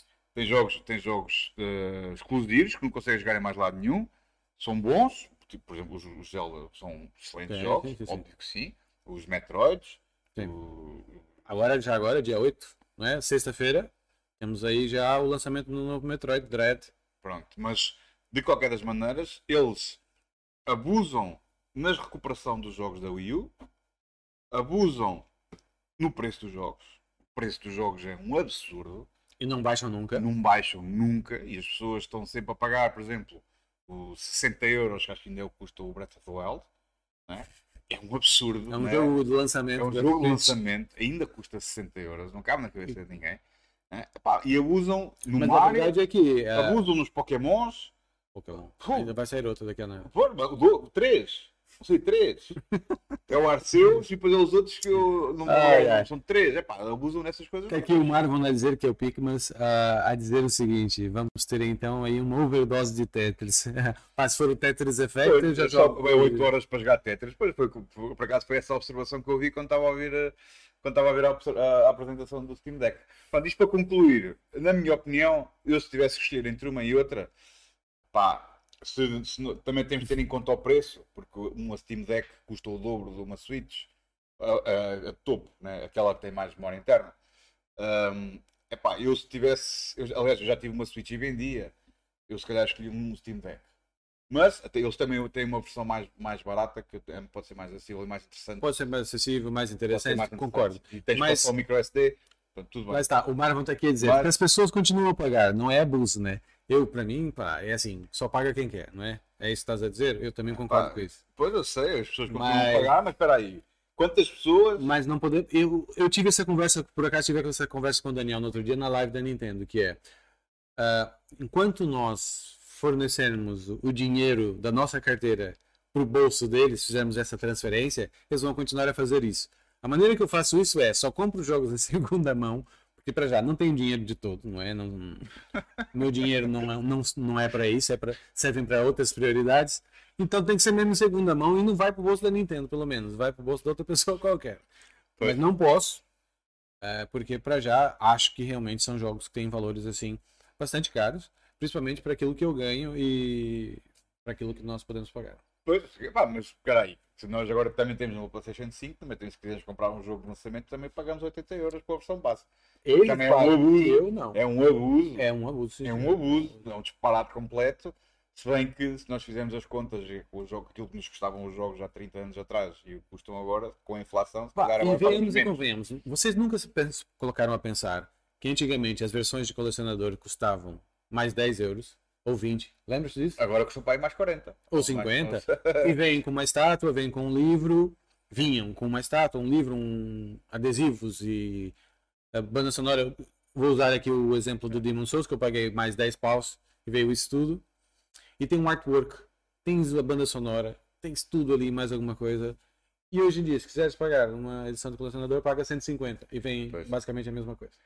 tem jogos exclusivos que não consegues jogar em mais lado nenhum. São bons, tipo, por exemplo, os Zelda são excelentes Sim, jogos, sim. óbvio que sim. Os Metroids. Sim. o- Agora, dia 8, não é? Sexta-feira, temos aí já o lançamento do novo Metroid Dread. Pronto, mas de qualquer das maneiras, eles abusam na recuperação dos jogos da Wii U, abusam no preço dos jogos. O preço dos jogos é um absurdo. E não baixam nunca. Não baixam nunca e as pessoas estão sempre a pagar, por exemplo, os 60 euros, que acho que ainda é o que custa o Breath of the Wild, não é? É um absurdo. É um não jogo de lançamento. É um jogo de lançamento, ainda custa 60 euros, não cabe na cabeça de ninguém. Não é? Epá, e abusam no Mas a Mario, verdade é que. abusam nos Pokémons. Pokémon. Pô. Ainda vai sair outro daqui a nada. 3. Não sei, 3. É o Arceus e depois é os outros que eu não são 3. É pá, abusam nessas coisas. Aqui o Marvin a dizer que é o Pikmas, a dizer o seguinte: vamos ter então aí uma overdose de Tetris. Se for o Tetris Effect, eu já jogo. 8 horas para jogar Tetris. Depois por acaso foi essa observação que eu vi quando estava a ouvir, a apresentação do Steam Deck. Pronto, isto para concluir, na minha opinião, eu se tivesse que escolher entre uma e outra, pá. Também temos de ter em conta o preço, porque uma Steam Deck custa o dobro de uma Switch, a topo, né? Aquela que tem mais memória interna. Epá, eu se tivesse, aliás, eu já tive uma Switch e vendia, eu se calhar escolhi um Steam Deck. Mas até eles também têm uma versão mais barata que pode ser mais acessível e mais interessante. Pode ser mais acessível, mais interessante, concordo. E tens mas, o micro SD, portanto, tudo bem. Mas está, o Marvin está aqui a dizer que as pessoas continuam a pagar, não é abuso, né? Para mim, pá, é assim, só paga quem quer, não é? É isso que estás a dizer? Eu também concordo com isso. Pois eu sei, as pessoas continuam a pagar, mas espera aí. Quantas pessoas... Mas não poder... Eu tive essa conversa, por acaso tive essa conversa com o Daniel no outro dia na live da Nintendo, que é... enquanto nós fornecermos o dinheiro da nossa carteira para o bolso deles, fizermos essa transferência, eles vão continuar a fazer isso. A maneira que eu faço isso é, só compro jogos em segunda mão, porque para já não tenho dinheiro de todo, não é? Meu dinheiro não é para isso, servem para outras prioridades. Então tem que ser mesmo em segunda mão e não vai para o bolso da Nintendo, pelo menos. Vai para o bolso de outra pessoa qualquer. Mas não posso, porque para já acho que realmente são jogos que têm valores assim bastante caros, principalmente para aquilo que eu ganho e para aquilo que nós podemos pagar. Pois, pá, mas peraí, se nós agora também temos no PlayStation 5, também temos, se quisermos comprar um jogo de lançamento, também pagamos 80 euros pela versão base. Também é um abuso. Eu não. É um abuso. É um abuso, sim. É um abuso, é um disparate completo. Se bem que, se nós fizermos as contas e o jogo, aquilo que nos custavam os jogos há 30 anos atrás e o que custam agora, com a inflação, se calhar agora venhamos e convenhamos. Vocês nunca se colocaram a pensar que antigamente as versões de colecionador custavam mais 10 euros? Ou 20, lembra-se disso? Agora custa para aí mais 40. Ou 50. E vem com uma estátua, vem com um livro. Vinham com uma estátua, um livro, adesivos e a banda sonora. Vou usar aqui o exemplo do Demon's Souls, que eu paguei mais 10 paus e veio isso tudo. E tem um artwork, tens a banda sonora, tens tudo ali, mais alguma coisa. E hoje em dia, se quiseres pagar uma edição do colecionador, paga 150 e vem basicamente a mesma coisa.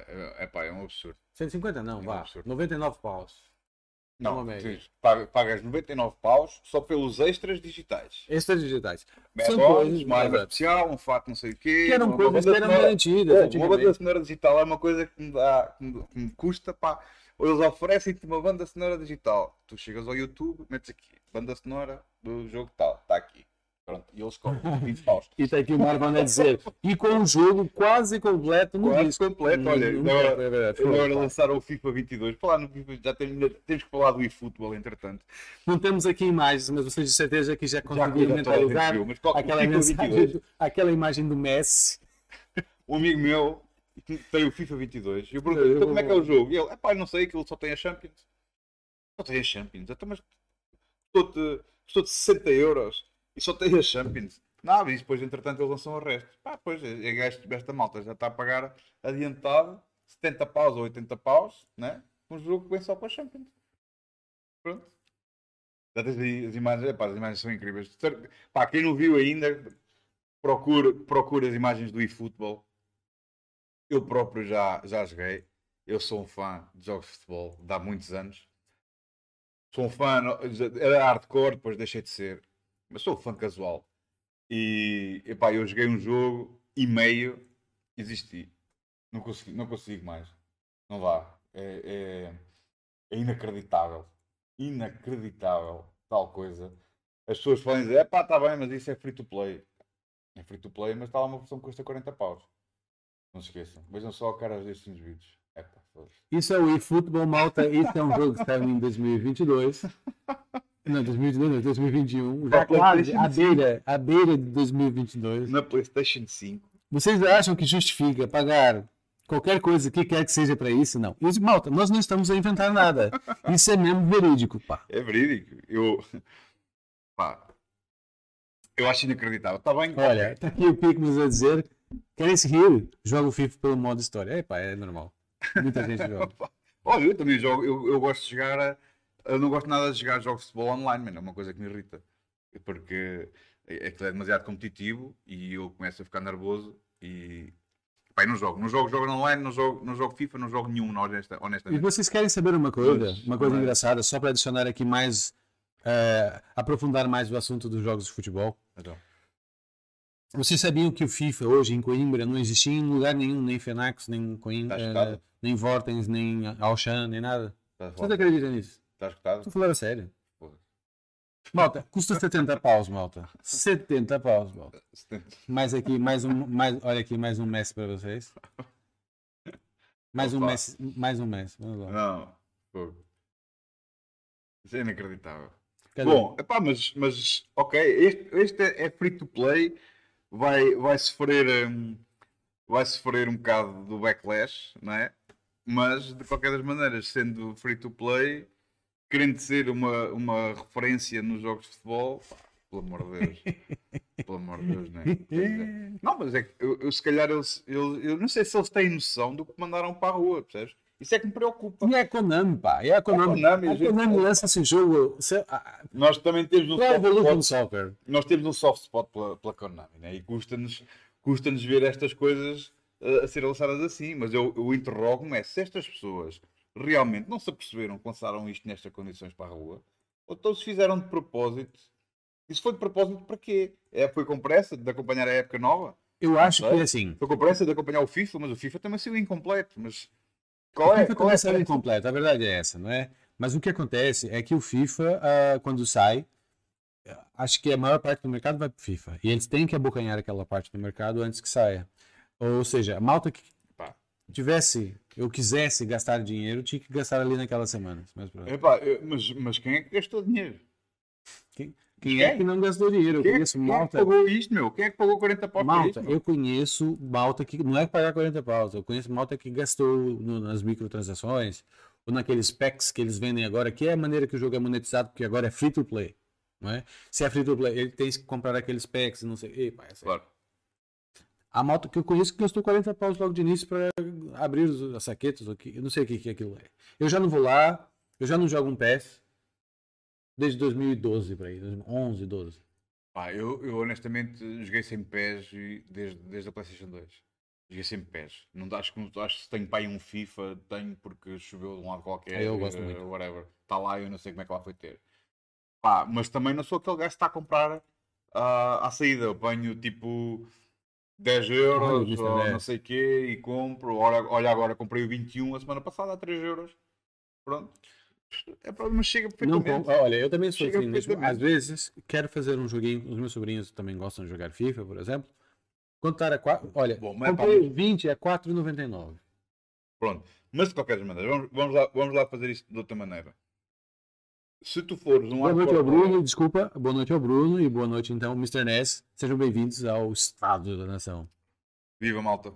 É um absurdo. 150 não, vá. 99 paus. Não, pagas 99 paus só pelos extras digitais. Extras digitais. São coisas, uma arma especial, um fato não sei o quê. Que eram coisas que eram garantidas. Uma banda sonora digital é uma coisa que me custa, pá. Ou eles oferecem-te uma banda sonora digital. Tu chegas ao YouTube, metes aqui, banda sonora do jogo tal, está aqui. Pronto, e eles cobram 20 paus. E está aqui o Marvin a dizer. E com um jogo quase completo no disco. Completo, olha. Agora lançaram o FIFA 22. Falar no FIFA, já temos que falar do eFootball, entretanto. Não temos aqui imagens, mas vocês de certeza que já conseguiram mentalizar aquela imagem do Messi. Um amigo meu tem o FIFA 22. Eu perguntei, então como é que é o jogo? E ele, pá, não sei, aquilo só tem a Champions. Só tem a Champions. Então, mas custou-te 60 euros. E só tem a Champions. Não, e depois, entretanto, eles lançam o resto. Pá, pois, esta malta já está a pagar adiantado 70 paus ou 80 paus, né? Um jogo que vem só com a Champions. Pronto. Já tens aí as imagens. As imagens são incríveis. Pá, quem não viu ainda, procura as imagens do eFootball. Eu próprio já joguei. Eu sou um fã de jogos de futebol de há muitos anos. Sou um fã, era hardcore, depois deixei de ser. Mas sou fã casual. E epá, eu joguei um jogo e meio e desisti. Não consigo mais. Não dá. É inacreditável. Inacreditável tal coisa. As pessoas podem dizer, pá, está bem, mas isso é free to play. É free to play, mas está lá uma versão que custa 40 paus. Não se esqueçam. Vejam só a cara destes indivíduos. Isso é o eFootball, malta. Isso é um jogo que saiu em 2022. Não, 2022 não, 2021. Já quase à beira de 2022. Na PlayStation 5. Vocês acham que justifica pagar qualquer coisa que quer que seja para isso? Não. Malta, nós não estamos a inventar nada. Isso é mesmo verídico, pá. É verídico. Eu acho inacreditável. Tá bem? Olha, está aqui o Pikmas a dizer: querem se rir? Joga o FIFA pelo modo história. É pá, é normal. Muita gente joga. Olha, eu também jogo. Eu gosto de jogar. Eu não gosto nada de jogar jogos de futebol online, mano. É uma coisa que me irrita. Porque aquilo é demasiado competitivo e eu começo a ficar nervoso e pá, eu não jogo. Não jogo online, não jogo FIFA, não jogo nenhum, E honestamente. vocês querem saber uma coisa engraçada, só para adicionar aqui mais, aprofundar mais o assunto dos jogos de futebol. Então, Vocês sabiam que o FIFA hoje em Coimbra não existia em lugar nenhum, nem Fenax, nem está escutado? nem Vortens, nem Auchan, nem nada? Está Vocês acreditam nisso? escutado? Estou a falar a sério. Porra. Malta, custa 70 paus, malta. 70 paus, malta. 70. Olha aqui, mais um Messi para vocês. Mais um Opa. Messi, mais um Messi. Vamos lá. Não, fogo. Isso é inacreditável. Cadê? Bom, epá, mas ok, este é free to play, vai sofrer um bocado do backlash, não é? Mas de qualquer das maneiras, sendo free to play, querendo ser uma referência nos jogos de futebol, pá, pelo amor de Deus. Pelo amor de Deus, não é? Quer dizer, não, mas é que eu se calhar eu não sei se eles têm noção do que mandaram para a rua, percebes? Isso é que me preocupa. E é a Konami, pá. É a Konami. Konami, A Konami lança esse jogo. Nós também temos um Pro soft Evolution spot, Soccer. nós temos um soft spot pela Konami, né? E custa-nos ver estas coisas a ser lançadas assim, mas eu interrogo-me se estas pessoas realmente não se aperceberam que lançaram isto nestas condições para a rua, ou então se fizeram de propósito. Isso foi de propósito para quê? Foi com pressa de acompanhar a época nova? Eu acho que é assim. Foi com pressa de acompanhar o FIFA, mas o FIFA também saiu incompleto. Mas O FIFA também saiu incompleto, a verdade é essa, não é? Mas o que acontece é que o FIFA, quando sai, acho que a maior parte do mercado vai para o FIFA. E eles têm que abocanhar aquela parte do mercado antes que saia. Ou seja, a malta que tivesse, eu quisesse gastar dinheiro, tinha que gastar ali naquelas semanas. Mas quem é que gastou dinheiro? Quem é que não gastou dinheiro? Eu conheço malta. Quem é que pagou isto, meu? Quem é que pagou 40 paus por isto? Eu conheço malta que não é pagar 40 paus, eu conheço malta que gastou nas microtransações ou naqueles packs que eles vendem agora, que é a maneira que o jogo é monetizado, porque agora é free to play, não é? Se é free to play, ele tem que comprar aqueles packs, não sei. Epa, Claro. A malta que eu conheço que gastou 40 paus logo de início para abrir as saquetas, eu não sei o que aquilo é. Eu já não vou lá, eu já não jogo um PES desde 2012 para aí, 2011, 12. Eu honestamente joguei sem pés desde a PlayStation 2. Joguei sem pés. Acho que se tenho pai um FIFA, tenho porque choveu de um lado qualquer. Eu gosto muito. Whatever. Está lá e eu não sei como é que lá foi ter. Mas também não sou aquele gajo que está a comprar à saída. Eu ponho tipo 10 euros ou não sei o quê e compro. Olha agora, comprei o 21 a semana passada a 3 euros. Pronto. Mas chega perfeitamente. Não, olha, eu também sou assim mesmo. Às vezes quero fazer um joguinho. Os meus sobrinhos também gostam de jogar FIFA, por exemplo. Quanto está a 4? Olha, comprei 20 a 4,99. Pronto. Mas de qualquer maneira, vamos lá fazer isto de outra maneira. Se tu fores um Boa noite ao Bruno, desculpa. Boa noite ao Bruno e boa noite então, Mr. Ness. Sejam bem-vindos ao Estado da Nação. Viva, malta.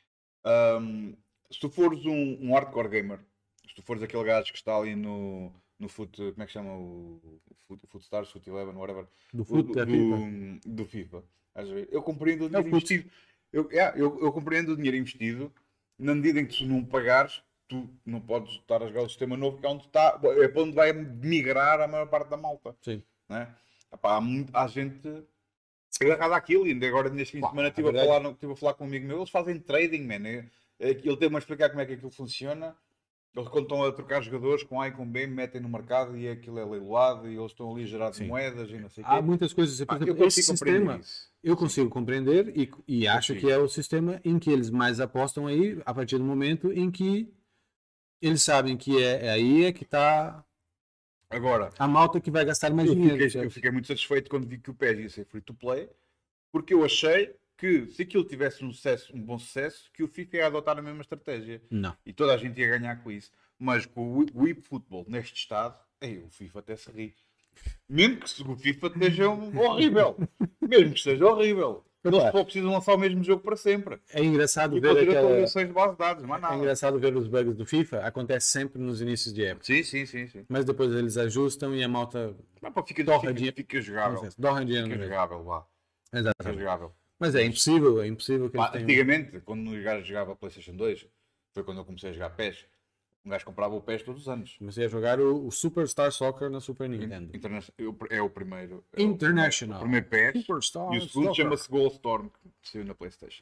Se tu fores um hardcore gamer, se tu fores aquele gajo que está ali no Foot, como é que chama? O Footstars, Foot 11, whatever. Do FIFA. Eu compreendo o dinheiro investido. Eu compreendo o dinheiro investido na medida em que tu não pagares, tu não podes estar a jogar o sistema novo, que é onde está, é para onde vai migrar a maior parte da malta. Sim. Não é? Há gente agarrada àquilo, e ainda agora neste fim de semana estive a falar com um amigo meu, eles fazem trading, man. Ele teve-me a explicar como é que aquilo funciona. Eles quando estão a trocar jogadores com A e com B, metem no mercado e aquilo é leiloado e eles estão ali a gerar moedas e não sei o quê. Há muitas coisas. Por exemplo, esse sistema eu consigo compreender e acho que é o sistema em que eles mais apostam aí a partir do momento em que eles sabem que é aí que está agora a malta que vai gastar mais dinheiro. Eu fiquei muito satisfeito quando vi que o PES ia ser free to play, porque eu achei que se aquilo tivesse um bom sucesso, que o FIFA ia adotar a mesma estratégia. Não. E toda a gente ia ganhar com isso. Mas com o eFootball neste estado, o FIFA até se ri. Mesmo que o FIFA esteja horrível. Mesmo que esteja horrível. Eles só precisam lançar o mesmo jogo para sempre. É engraçado ver atualizações de base de dados, mas nada. É engraçado ver os bugs do FIFA. Acontece sempre nos inícios de época. Sim. Mas depois eles ajustam e a malta fica jogável. Dorra dinheiro. Fica jogável lá. Exatamente. Fica jogável. Mas é impossível que eles tenham... Antigamente, quando o gajo jogava PlayStation 2, foi quando eu comecei a jogar PES, Um gajo comprava o PES todos os anos. Comecei a jogar o Superstar Soccer na Super Nintendo. É o primeiro. International. O primeiro PES. Superstar E o segundo Soccer. chama-se Goalstorm, que saiu na PlayStation.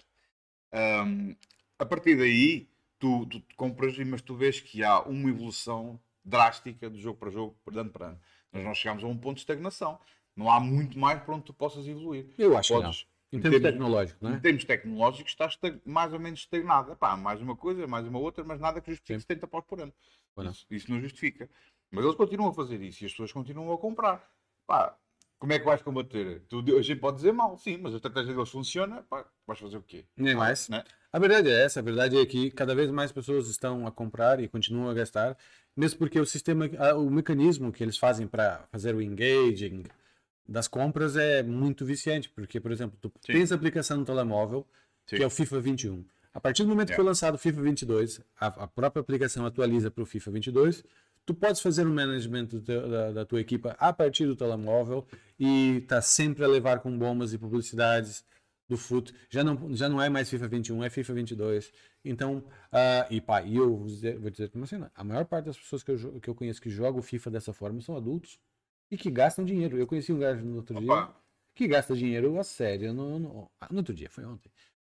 A partir daí, tu compras, mas tu vês que há uma evolução drástica de jogo para jogo, de ano para ano. Nós chegamos a um ponto de estagnação. Não há muito mais para onde tu possas evoluir. Eu acho que não. Podes, Em termos tecnológicos, não Em é? termos tecnológicos, estás mais ou menos estagnado. Epá, mais uma coisa, mais uma outra, mas nada que justifique Sim. 70 paus por ano. Ou não? Isso não justifica. Mas eles continuam a fazer isso e as pessoas continuam a comprar. Pá, como é que vais combater? A gente pode dizer mal, sim, mas a estratégia deles funciona. Pá, vais fazer o quê? Nem mais. Né? A verdade é essa. A verdade é que cada vez mais pessoas estão a comprar e continuam a gastar, mesmo porque o sistema, o mecanismo que eles fazem para fazer o engaging das compras é muito viciante, porque, por exemplo, tu tens a aplicação no telemóvel, Sim. que é o FIFA 21. A partir do momento que foi lançado o FIFA 22, a própria aplicação atualiza para o FIFA 22, tu podes fazer o management da tua equipa a partir do telemóvel e tá sempre a levar com bombas e publicidades do FUT. Já não é mais FIFA 21, é FIFA 22. Então, e eu vou dizer como assim, a maior parte das pessoas que eu conheço que jogam FIFA dessa forma são adultos e que gastam dinheiro. Eu conheci um gajo no outro dia que gasta dinheiro a sério no outro dia, foi ontem.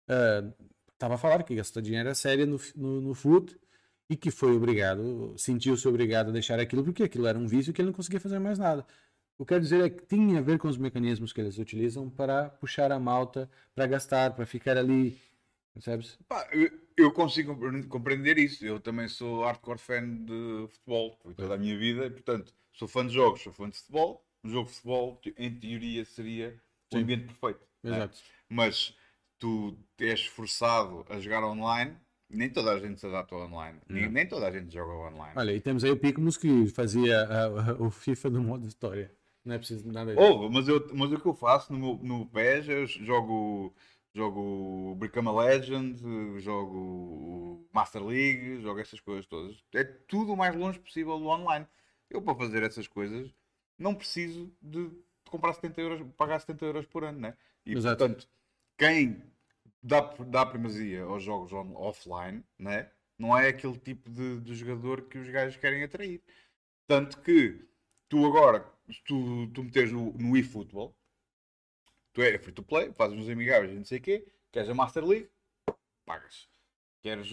Tava a falar que gastou dinheiro a sério no FUT e que foi obrigado, sentiu-se obrigado a deixar aquilo porque aquilo era um vício que ele não conseguia fazer mais nada. O que eu quero dizer é que tinha a ver com os mecanismos que eles utilizam para puxar a malta, para gastar, para ficar ali, percebes? Pá, eu consigo compreender isso. Eu também sou hardcore fan de futebol, foi toda a minha vida, e, portanto, sou fã de jogos, sou fã de futebol. Um jogo de futebol, em teoria, seria o ambiente perfeito. Exato. Né? Mas tu és forçado a jogar online, nem toda a gente se adapta ao online, nem toda a gente joga online. Olha, e temos aí o Picmus que fazia o FIFA do modo história. Não é preciso nada disso. Mas o que eu faço no PES, eu jogo o Become a Legend, jogo o Master League, jogo essas coisas todas. É tudo o mais longe possível do online. Eu, para fazer essas coisas, não preciso de comprar 70 euros, pagar 70 euros por ano, né? E, Exato. portanto, quem dá primazia aos jogos offline, né? Não é aquele tipo de jogador que os gajos querem atrair. Tanto que tu agora, se tu meteres no eFootball, tu é free to play, fazes uns amigáveis e não sei o quê, queres a Master League, pagas. Queres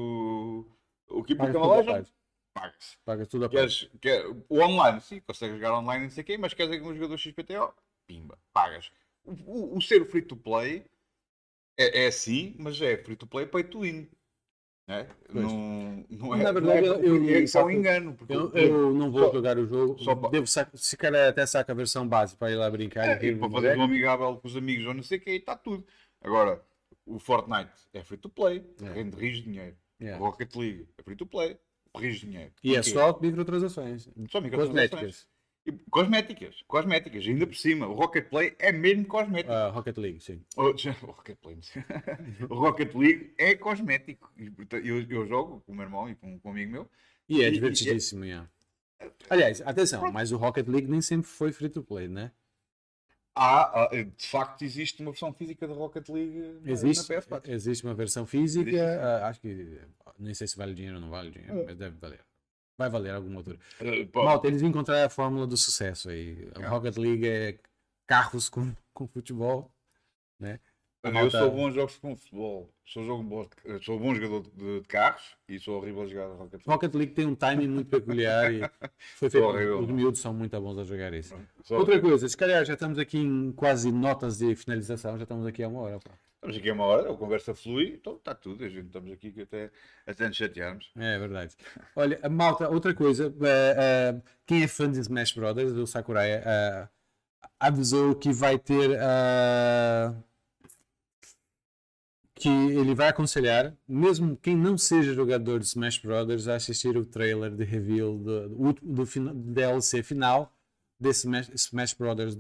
o Keep Pagas Become tudo a à Legend, parte. pagas. Pagas tudo a parte. O online, sim, consegues jogar online e não sei o quê, mas queres um jogador XPTO, pimba, pagas. O ser free to play é assim, mas é free to play pay to win. Né? Não é, Na verdade, isso é um engano. Porque, eu não vou jogar o jogo. só Se calhar até saca a versão base para ir lá brincar e rir para no fazer um boneco. amigável com os amigos ou não sei o que, está tudo. Agora, o Fortnite é free to play, rende rios de dinheiro. Yeah. O Rocket League é free to play, rios de dinheiro. E é Porquê? só microtransações. Só microtransações. Cosméticas. E cosméticas, ainda por cima. O Rocket Play é mesmo cosmético. Rocket League, sim. O Rocket Play. O Rocket League é cosmético. E, portanto, eu jogo com o meu irmão e com um amigo meu. E é divertidíssimo, yeah. Aliás, atenção, mas o Rocket League nem sempre foi free to play, né? De facto, existe uma versão física da Rocket League na Existe, PS4. existe uma versão física, Existe, acho que, nem sei se vale dinheiro ou não vale dinheiro, mas deve valer. Vai valer alguma altura. Pô, Malta, eles encontraram a fórmula do sucesso aí. A Rocket League é carros com futebol, né? eu sou bom em jogos com futebol. Sou bom jogador de carros e sou horrível a jogar Rocket League. Rocket League tem um timing muito peculiar e foi feito. Os miúdos são muito bons a jogar isso. Outra coisa, se calhar já estamos aqui em quase notas de finalização, já estamos aqui há uma hora. Pá. Estamos aqui há uma hora, a conversa flui, então está tudo. A gente estamos aqui que até nos chatearmos. É verdade. Olha, malta, outra coisa, quem é fã de Smash Brothers, o Sakurai, avisou que vai ter. Que ele vai aconselhar, mesmo quem não seja jogador de Smash Brothers, a assistir o trailer de reveal do DLC final desse Smash Brothers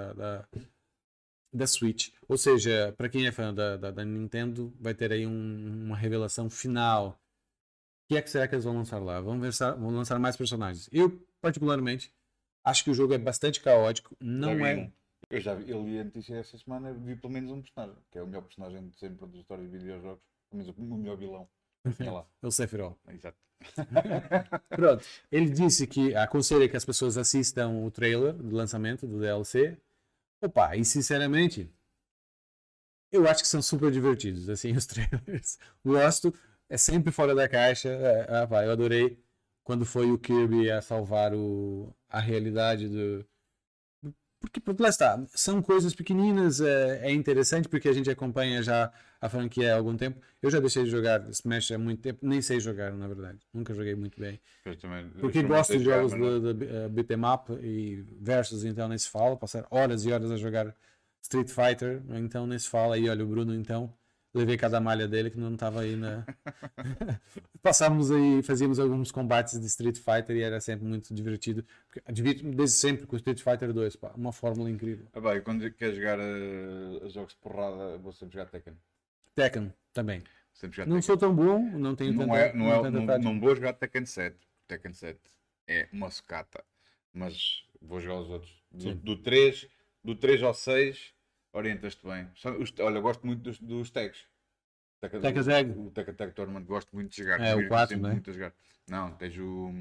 da Switch. Ou seja, para quem é fã da Nintendo, vai ter aí uma revelação final. O que é que será que eles vão lançar lá? Vão lançar mais personagens. Eu, particularmente, acho que o jogo é bastante caótico. Não é... Eu já vi, eu li a notícia esta semana, vi pelo menos um personagem, que é o melhor personagem de sempre dos histórias de videojogos, pelo menos o melhor vilão. Lá. O Sephiroth. Exato. Pronto. Ele disse que aconselha que as pessoas assistam o trailer do lançamento do DLC. Opa, e sinceramente, eu acho que são super divertidos, assim, os trailers. Gosto, é sempre fora da caixa. Eu adorei quando foi o Kirby a salvar a realidade do. Porque, lá está, são coisas pequeninas, é interessante porque a gente acompanha já a franquia há algum tempo. Eu já deixei de jogar Smash há muito tempo, nem sei jogar, na verdade. Nunca joguei muito bem. Porque gosto de jogos de beat'em up e versus, então nem se fala. Passar horas e horas a jogar Street Fighter, então nem se fala. E olha, o Bruno, então, levei cada malha dele que não estava aí na. Passávamos aí, fazíamos alguns combates de Street Fighter e era sempre muito divertido. Divirto-me desde sempre com o Street Fighter 2, pá, uma fórmula incrível. Bem, quando quer jogar jogos de porrada, vou sempre jogar Tekken. Tekken, também. Sempre jogar não Tekken. sou tão bom, não tenho tanta, não vou jogar Tekken 7. Tekken 7 é uma sucata, mas vou jogar os outros. Do 3 ao 6, orientas-te bem. Olha, eu gosto muito dos tags. Tekken Tag. O Tekken Tag Tournament gosto muito de jogar. É o 4, não é? Muito a jogar. Não, tens o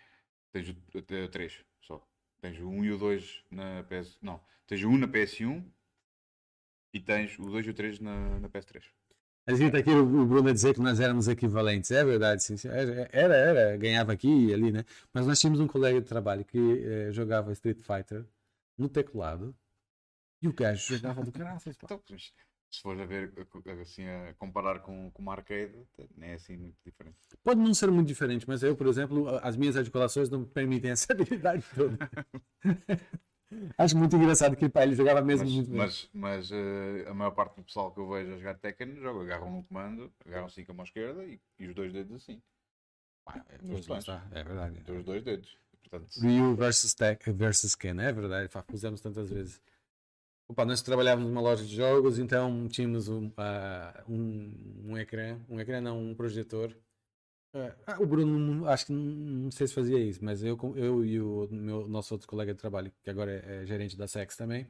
3 só. Tens o 1 e o 2 na PS... Não, tens o 1 na PS1 e tens o 2 e o 3 na PS3. A gente aqui, o Bruno a dizer que nós éramos equivalentes. É verdade, sim. Era, ganhava aqui e ali, né? Mas nós tínhamos um colega de trabalho que jogava Street Fighter no teclado e o gajo jogava do caraças. Então, se for a ver, assim, a comparar com uma arcade, não é assim muito diferente. Pode não ser muito diferente, mas eu, por exemplo, as minhas articulações não me permitem essa habilidade toda. Acho muito engraçado que ele jogava mesmo muito bem. Mas a maior parte do pessoal que eu vejo a jogar Tekken agarram no comando, agarram 5 a mão esquerda e os dois dedos assim. É verdade. Os dois dedos. Portanto, Ryu versus Ken, é verdade. Fizemos tantas vezes. Opa, nós trabalhávamos numa loja de jogos, então tínhamos um ecrã não, um projetor. O Bruno, acho que não sei se fazia isso, mas eu e o nosso outro colega de trabalho, que agora é gerente da Sex também,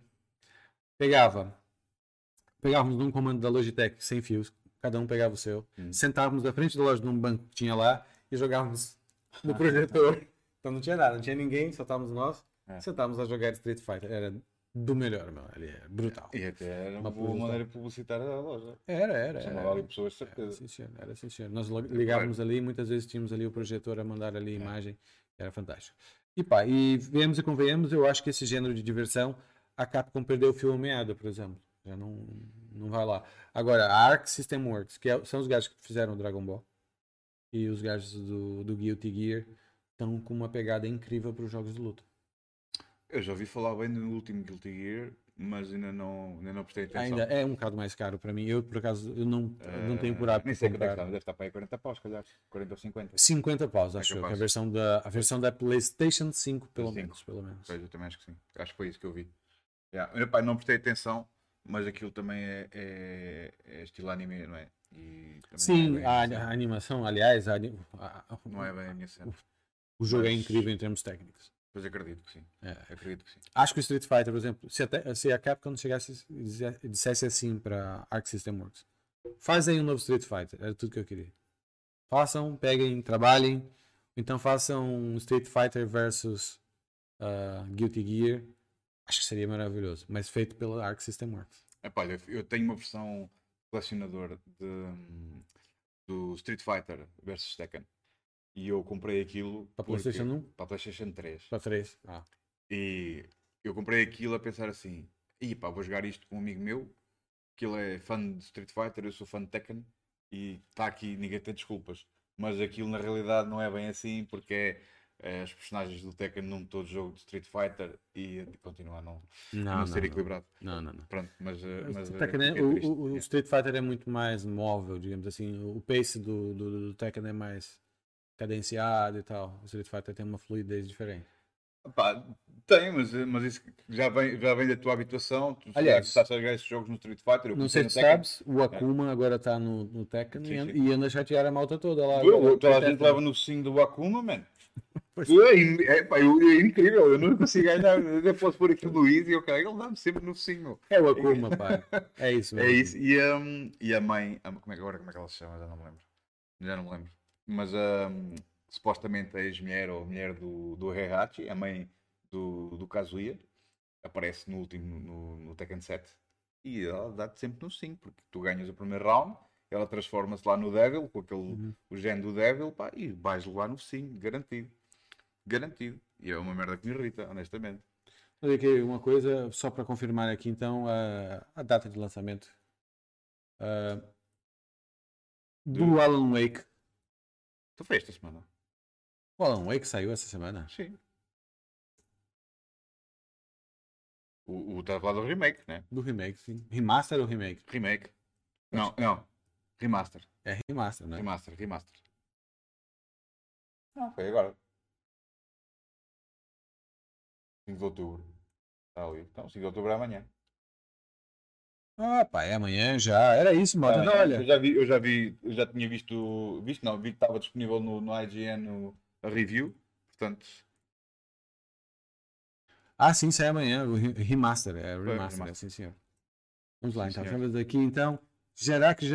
pegávamos num comando da Logitech sem fios, cada um pegava o seu, sentávamos na frente da loja num banco que tinha lá e jogávamos no projetor. Então não tinha nada, não tinha ninguém, só estávamos nós, sentávamos a jogar Street Fighter. Era do melhor, meu. Ele é brutal. E até era uma boa maneira publicitária da loja. Era. Chamava ali pessoas, certeza. Era sim, senhor. Nós ligávamos ali, muitas vezes tínhamos ali o projetor a mandar ali imagem. Era fantástico. E vemos e convenhamos, eu acho que esse gênero de diversão, a Capcom perdeu o fio à meada, por exemplo. Já não vai lá. Agora, a Arc System Works, que são os gajos que fizeram o Dragon Ball, e os gajos do Guilty Gear, estão com uma pegada incrível para os jogos de luta. Eu já ouvi falar bem no último Guilty Gear, mas ainda não prestei atenção. Ainda é um bocado mais caro para mim. Eu, por acaso, não tenho por hábito. Nem sei quanto é que está, deve estar para aí 40 paus, se calhar. 40 ou 50. 50 paus, acho que a versão da PlayStation 5, pelo menos. Pois, eu também acho que sim. Acho que foi isso que eu vi. Não prestei atenção, mas aquilo também é estilo anime, não é? Sim, a animação, aliás, não é bem a minha cena. O jogo é incrível em termos técnicos. Pois acredito que sim. Acredito que sim. Acho que o Street Fighter, por exemplo, se a Capcom chegasse e dissesse assim para Arc System Works, fazem um novo Street Fighter, era tudo que eu queria. Façam, peguem, trabalhem, então façam um Street Fighter versus Guilty Gear. Acho que seria maravilhoso, mas feito pela Arc System Works. Olha, eu tenho uma versão colecionador do Street Fighter versus Tekken. E eu comprei aquilo para a PlayStation 1? Para a PlayStation 3. Para 3. E eu comprei aquilo a pensar assim: vou jogar isto com um amigo meu, que ele é fã de Street Fighter, eu sou fã de Tekken, e está aqui, ninguém tem desculpas. Mas aquilo na realidade não é bem assim, porque os personagens do Tekken não todo jogo de Street Fighter e continua a não ser equilibrado. Não. Pronto, mas o Street Fighter é muito mais móvel, digamos assim. O pace do Tekken é mais cadenciado e tal. O Street Fighter tem uma fluidez diferente. Tem, mas isso já vem da tua habituação. Tu estás a jogar esses jogos no Street Fighter. Não sei se sabes, o Akuma agora está no Tekken e anda a chatear a malta toda lá. Toda a gente leva no focinho do Akuma, mano. É incrível, eu não consigo ganhar. Eu posso pôr aquilo no Easy, ele dá-me sempre no focinho. É o Akuma, pá. É isso mesmo. É isso. E a mãe, como é que ela se chama? Já não me lembro. Mas supostamente a ex-mulher ou a mulher do Heihachi, a mãe do Kazuya, aparece no último, no Tekken 7. E ela dá-te sempre no 5, porque tu ganhas o primeiro round, ela transforma-se lá no Devil, com aquele, o gene do Devil, pá, e vais levar no 5, garantido. Garantido. E é uma merda que me irrita, honestamente. Olha aqui uma coisa, só para confirmar aqui então a data de lançamento do Alan Wake. Tu foi esta semana? O Alan Wake saiu essa semana? Sim. Estás a falar do remake, né? Do remake, sim. Remaster ou remake? Remake. Não, não. Remaster. É remaster, né? Remaster. Não, foi agora. 5 de outubro. Está ali. Então, 5 de outubro é amanhã. Ah, pá, é amanhã já. Era isso, moto. Então, olha. Eu já tinha visto, não, vi que estava disponível no IGN a review, portanto, Ah, sim, sai amanhã. O remaster. É o Foi, remaster, remaster. é, sim, senhor. Vamos lá, Sim, então. senhor. Vamos aqui, então. Será que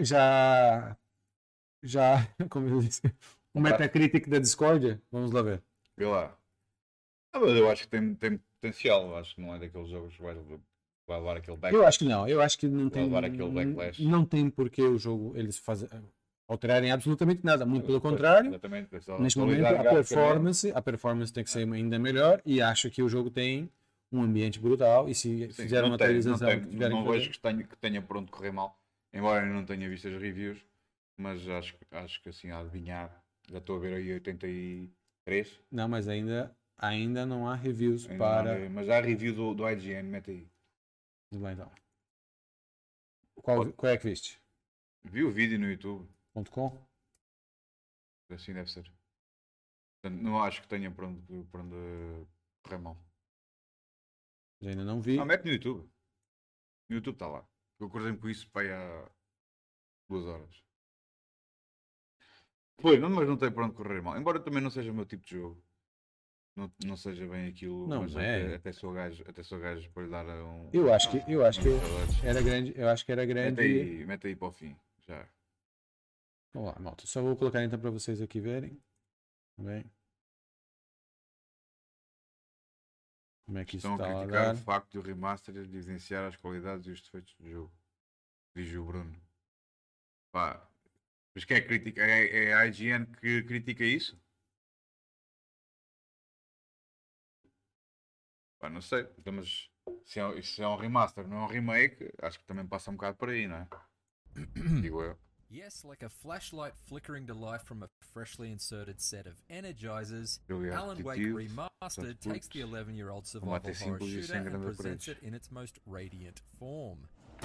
como eu disse, o Metacritic da Discordia? Vamos lá ver. Vê lá. Mas eu acho que tem potencial. Eu acho que não é daqueles jogos que vai levar aquele backlash. Eu acho que não. Eu acho que não tem. levar aquele backlash. Não tem porque o jogo eles alterarem absolutamente nada. Muito pelo contrário. Exatamente. Neste momento a performance tem que ser ainda melhor e acho que o jogo tem um ambiente brutal e se Sim, fizer uma atualização que tiverem não que fazer- vejo que tenha pronto correr mal. Embora eu não tenha visto as reviews, mas acho que assim a adivinhar, já estou a ver aí 83. Não, mas ainda não há reviews Ainda para. não há, mas há review do IGN, mete aí. Vamos lá então. Qual é que viste? Vi o vídeo no YouTube, .com? assim deve ser. Portanto, não acho que tenha por onde correr mal. Já ainda não vi. Não, mete no YouTube. No YouTube está lá. Eu acordei-me com isso para aí há 2 horas. Pois, não, mas não tem por onde correr mal. Embora também não seja o meu tipo de jogo. Não seja bem aquilo, Não mas é. até sou gajo para lhe dar um. Eu acho que saudades. era grande. Eu acho que era grande. Mete aí para o fim. Já. Vamos lá, malta. Só vou colocar então para vocês aqui verem. Bem. Como é que isso Estão está a lá a criticar dar? o facto de o remaster evidenciar as qualidades e os defeitos do jogo. Diz o Bruno. Pá. Mas quem é que critica? É a IGN que critica isso? Pá, não sei. Então, mas se é um remaster, não é um remake, acho que também passa um bocado por aí, não é? Digo eu. Yes, like a flashlight flickering to life from a freshly inserted set of energizers, Really Alan Wake attitude, Remastered such takes the 11-year-old Combate survival horror simples e shooter sem and grande presents apreço. it in its most radiant form.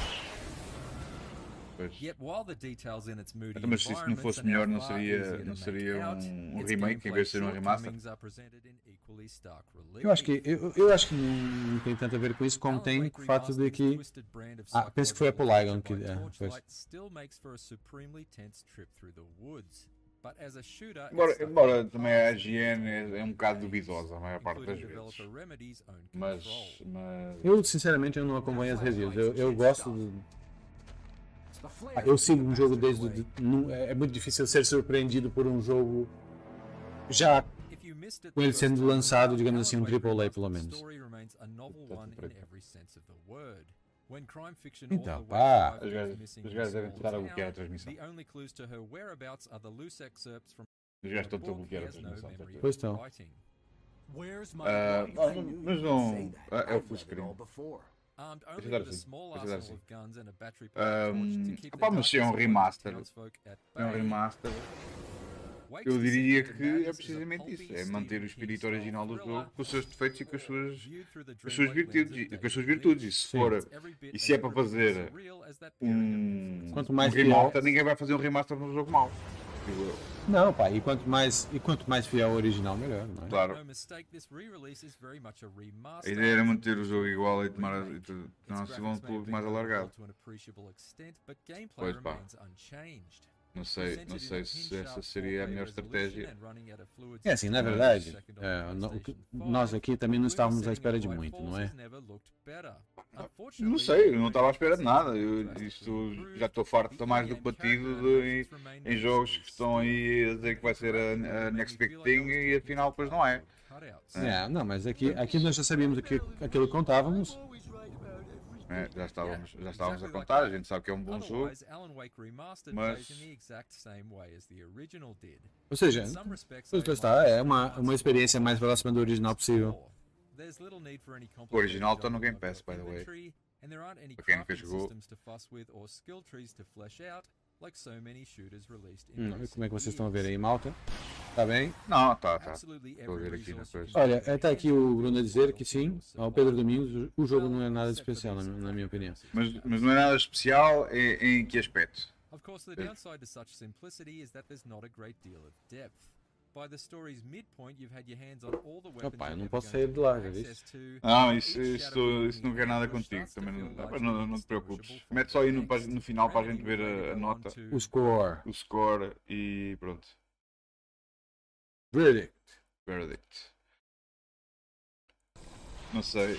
Pois. Yet while the details in its moody Então, mas se isso não environments fosse are now melhor, não far seria, easier to não make seria out, um its remake em gameplay vez de ser um remaster? shortcomings are presented in equally stark relief. Eu acho que não tem tanto a ver com isso como Alan tem Wake com o fato de que. Twisted brand of Penso que foi a psychological Polygon que. torture by Pois. torchlight still makes for a supremely tense trip through the woods. But as a shooter, Embora também a IGN é um bocado duvidosa a maior parte das vezes. Mas Eu sinceramente eu não acompanho as reviews. Eu gosto de. Eu sigo um jogo desde. É muito difícil ser surpreendido por um jogo já com ele sendo lançado, digamos assim, um AAA pelo menos. Então, pá. os gajos devem estar a bloquear a transmissão. Os gajos estão a bloquear a transmissão. Pois estão. Mas não. É o full screen. Mas se é um remaster. Eu diria que é precisamente isso. É manter o espírito original do jogo com os seus defeitos e com as suas virtudes. E se é para fazer Quanto mais remaster, ninguém vai fazer um remaster num jogo mau. Não, pá, e quanto mais fiel ao original, melhor, não é? Claro. A ideia era manter o jogo igual e tornar-se um pouco mais alargado. Pois pá. Não sei se essa seria a melhor estratégia. É assim, na verdade, nós aqui também não estávamos à espera de muito, não é? Não sei, eu não estava à espera de nada. Isto já estou farto, estou mais do que batido em jogos que estão aí a dizer que vai ser a next big thing e afinal depois não é. Não, mas aqui nós já sabíamos aquilo que contávamos. Já estávamos a contar, a gente sabe que é um bom jogo, mas Ou seja, está, é uma experiência mais próxima do original possível. o original está no Game Pass, by the way. Para quem nunca jogou. Como é que vocês estão a ver aí, malta? Está bem? Não, tá. Estou a ver aqui na coisa. Olha, está aqui o Bruno a dizer que sim, ao Pedro Domingos, o jogo não é nada de especial, na minha opinião. Mas não é nada especial em que aspecto? Of course, the downside to such simplicity is that there's not a great deal of depth. By the story's midpoint, you've had your hands on all the weapons. Opa, eu não posso sair de lá, já viste? Não, isso não quer nada contigo, também não te preocupes. Mete só aí no final para a gente ver a nota, O score. E pronto. Verdict. Não sei.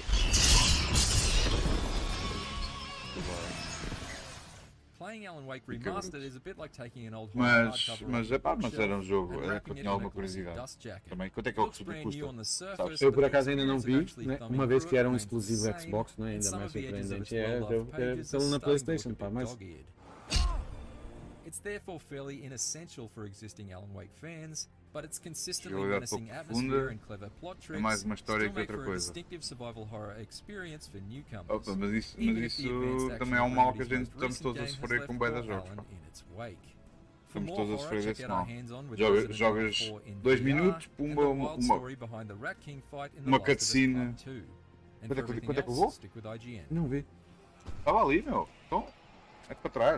Playing Alan Wake Remastered is a bit like taking an old Mas era um jogo, eu tinha alguma curiosidade também. Quanto é que ele custa? Sabes? Eu por acaso ainda não vi, né? Uma vez que era um exclusivo Xbox, não é? Ainda mais surpreendente é pelo na PlayStation, pá, mas It's therefore fairly inassential for existing Alan Wake fans, but its consistently Jogabilidade menacing pouco atmosphere profunda, and clever plot é tricks mais uma história still que make outra for a coisa. distinctive survival horror experience for newcomers. Opa, mas isso even if the advanced action também é um of mal que a Remedy's gente most estamos todos a recent game has sofrer left com bué de poor jogos. Alan in its wake. For Estamos more todos a horror, sofrer check desse out our mal. hands-on with Jogas Resident Evil 4 in 2 VR minutos, and pumba, the wild story behind the Rat King fight in The uma Last of Us cutscene. Part 2. And Quanto é for que- everything quanto é que eu else, vou? stick with IGN. não vi. Estava ali, meu. Então, é para trás.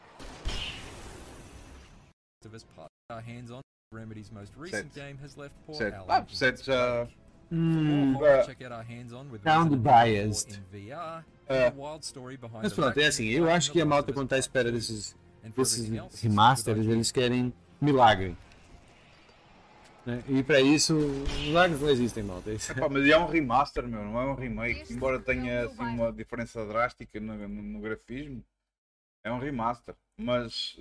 Of us part our hands-on, Remedy's most recent Sete. game has left poor Sete. Alan in Sete its já. wake. For more horror, check out our hands-on with Sound Resident Evil 4 biased. in VR É. and the wild story behind Mas the pronto, Rat é King assim, fight eu in acho The que a Last malta of Us quando está à Part espera 2. desses And for everything else, stick with remasters, IGN. eles querem milagre. Né? E para isso, milagres não existem, malta. Epá, mas é um remaster, meu, não é um remake. Embora tenha assim, uma diferença drástica no grafismo, é um remaster. Mas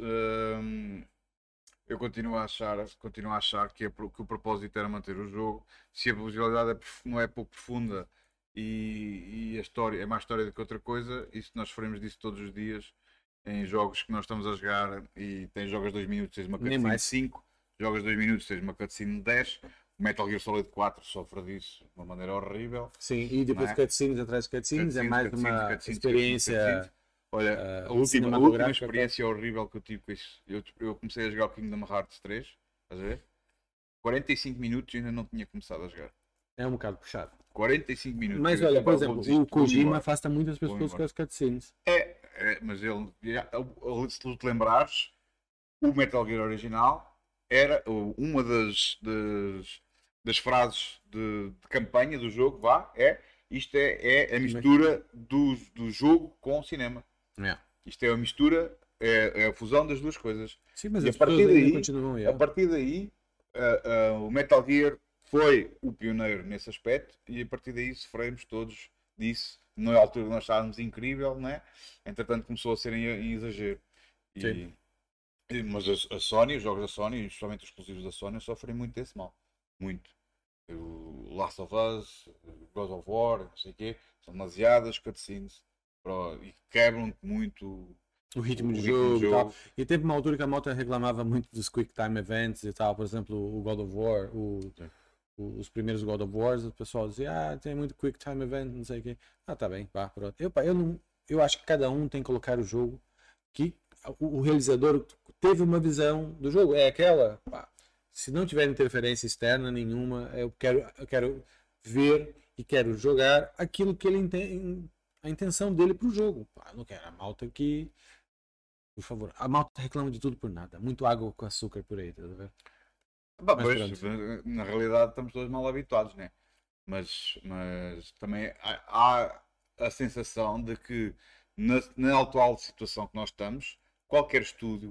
eu continuo a achar que o propósito era manter o jogo. Se a jogabilidade não é pouco profunda e a história é mais história do que outra coisa, e se nós sofremos disso todos os dias em jogos que nós estamos a jogar e tem jogas 2 minutos, tens uma Nem cutscene de mais. 5, jogas 2 minutos, tens uma cutscene de 10. O Metal Gear Solid 4 sofre disso de uma maneira horrível. Sim, e depois Não é? cutscenes atrás de cutscenes, é mais uma Cutscenes. experiência. Olha, a última cinematográfica, experiência horrível que eu tive com isso, eu comecei a jogar o Kingdom Hearts 3, estás a ver? 45 minutos e ainda não tinha começado a jogar. É um bocado puxado. 45 minutos. Mas Eu olha, disse, por "Vou exemplo, desistir, o vou Kojima embora." afasta muitas Vou pessoas com embora. as cutscenes. Mas se tu te lembrares, o Metal Gear original era uma das frases de campanha do jogo, isto é a mistura do jogo com o cinema. É. Isto é a mistura, é a fusão das duas coisas. Sim, mas E as a partir pessoas ainda daí- continuam A partir daí, o Metal Gear foi o pioneiro nesse aspecto e a partir daí sofremos todos disso. Na altura nós estávamos incrível, né? Entretanto começou a ser em exagero. Sim. Mas a Sony, os jogos da Sony, especialmente os exclusivos da Sony, sofrem muito desse mal. Muito. O Last of Us, o God of War, não sei o quê, são demasiadas cutscenes e quebram muito O ritmo de ritmo jogo do e tal. E teve uma altura que a malta reclamava muito dos Quick Time Events e tal. Por exemplo, o God of War, os primeiros God of Wars, o pessoal dizia, tem muito Quick Time Event, não sei o quê. Tá bem, pá, pronto. Eu acho que cada um tem que colocar o jogo que o realizador teve uma visão do jogo. É aquela, pá, se não tiver interferência externa nenhuma, eu quero ver e quero jogar aquilo que ele tem, a intenção dele pro jogo. Pá, não quero a malta que, por favor, a malta reclama de tudo por nada. Muito água com açúcar por aí, tá vendo? Bah, Mas pois, na realidade estamos todos mal habituados, né? Mas também há a sensação de que na atual situação que nós estamos, qualquer estúdio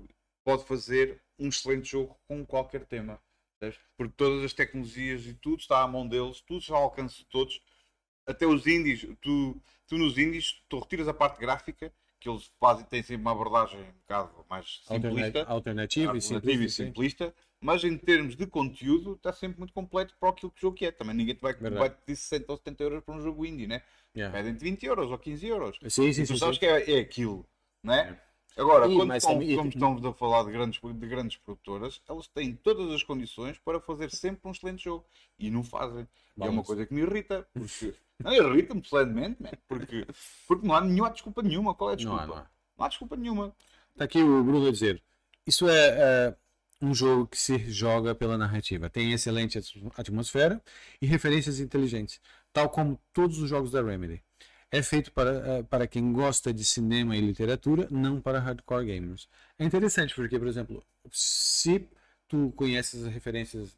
pode fazer um excelente jogo com qualquer tema. Percebes? Porque todas as tecnologias e tudo está à mão deles, tudo está ao alcance de todos. Até os indies, tu nos indies, tu retiras a parte gráfica, que eles fazem, têm sempre uma abordagem um bocado mais simplista, Alternativa e alternativa e sim. simplista, mas em termos de conteúdo está sempre muito completo para aquilo que o jogo é. Também ninguém te vai pedir 60 ou 70 euros para um jogo indie, né? Yeah. Pedem-te 20 euros ou 15 euros. Sim, E tu sabes que é aquilo, né? Agora, E, quando mas como também- estamos a falar de grandes produtoras, elas têm todas as condições para fazer sempre um excelente jogo. E não fazem. E é uma Balanço. coisa que me irrita. Porque... Não, irrita-me solenemente, man, porque não há desculpa nenhuma. Qual é a desculpa? Não há. Não há desculpa nenhuma. Está aqui o Bruno a dizer. Isso é um jogo que se joga pela narrativa. Tem excelente atmosfera e referências inteligentes, tal como todos os jogos da Remedy. É feito para quem gosta de cinema e literatura, não para hardcore gamers. É interessante porque, por exemplo, se tu conheces as referências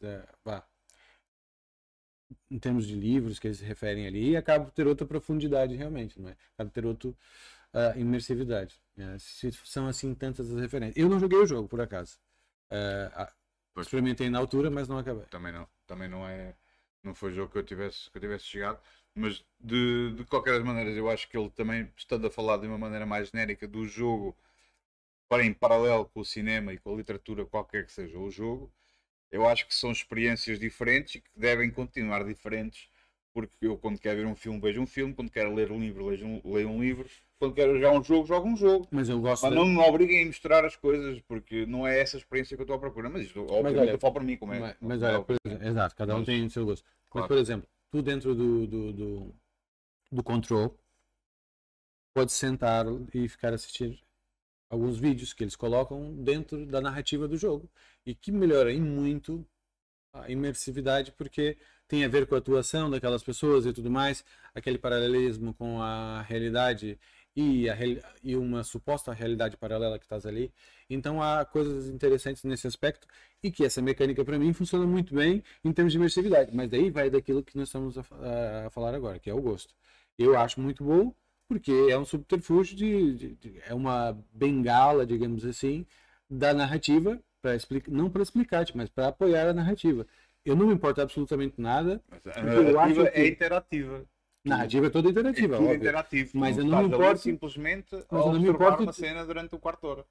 em termos de livros que eles se referem ali, acaba por ter outra profundidade realmente, não é? Acaba por ter outra imersividade. Né? Se são assim tantas as referências. Eu não joguei o jogo, por acaso. Experimentei na altura, mas não acabei. Também não é. Não foi jogo que eu tivesse chegado. Mas de qualquer das maneiras, eu acho que ele também, estando a falar de uma maneira mais genérica do jogo, para em paralelo com o cinema e com a literatura, qualquer que seja o jogo, eu acho que são experiências diferentes e que devem continuar diferentes, porque eu quando quero ver um filme vejo um filme, quando quero ler um livro leio um livro, quando quero jogar um jogo um jogo. Mas eu gosto Mas não me obriguem a misturar as coisas, porque não é essa experiência que eu estou à procura. Mas isto, obviamente, eu falo para mim como é. Mas olha, por exemplo, exato, cada um tem o seu gosto. Mas, por exemplo, tu dentro do Control, pode sentar e ficar assistindo alguns vídeos que eles colocam dentro da narrativa do jogo e que melhora em muito a imersividade porque tem a ver com a atuação daquelas pessoas e tudo mais, aquele paralelismo com a realidade e uma suposta realidade paralela que estás ali. Então há coisas interessantes nesse aspecto e que essa mecânica para mim funciona muito bem em termos de imersividade, mas daí vai daquilo que nós estamos a falar agora, que é o gosto. Eu acho muito bom porque é um subterfúgio é uma bengala, digamos assim, da narrativa, não para explicar, mas para apoiar a narrativa. Eu não me importo absolutamente nada. Mas a narrativa é interativa. A narrativa é toda interativa, é tudo óbvio. interativo. Mas não eu não me estás ali importo simplesmente a mas eu não me observar importo uma cena durante um quarto de hora.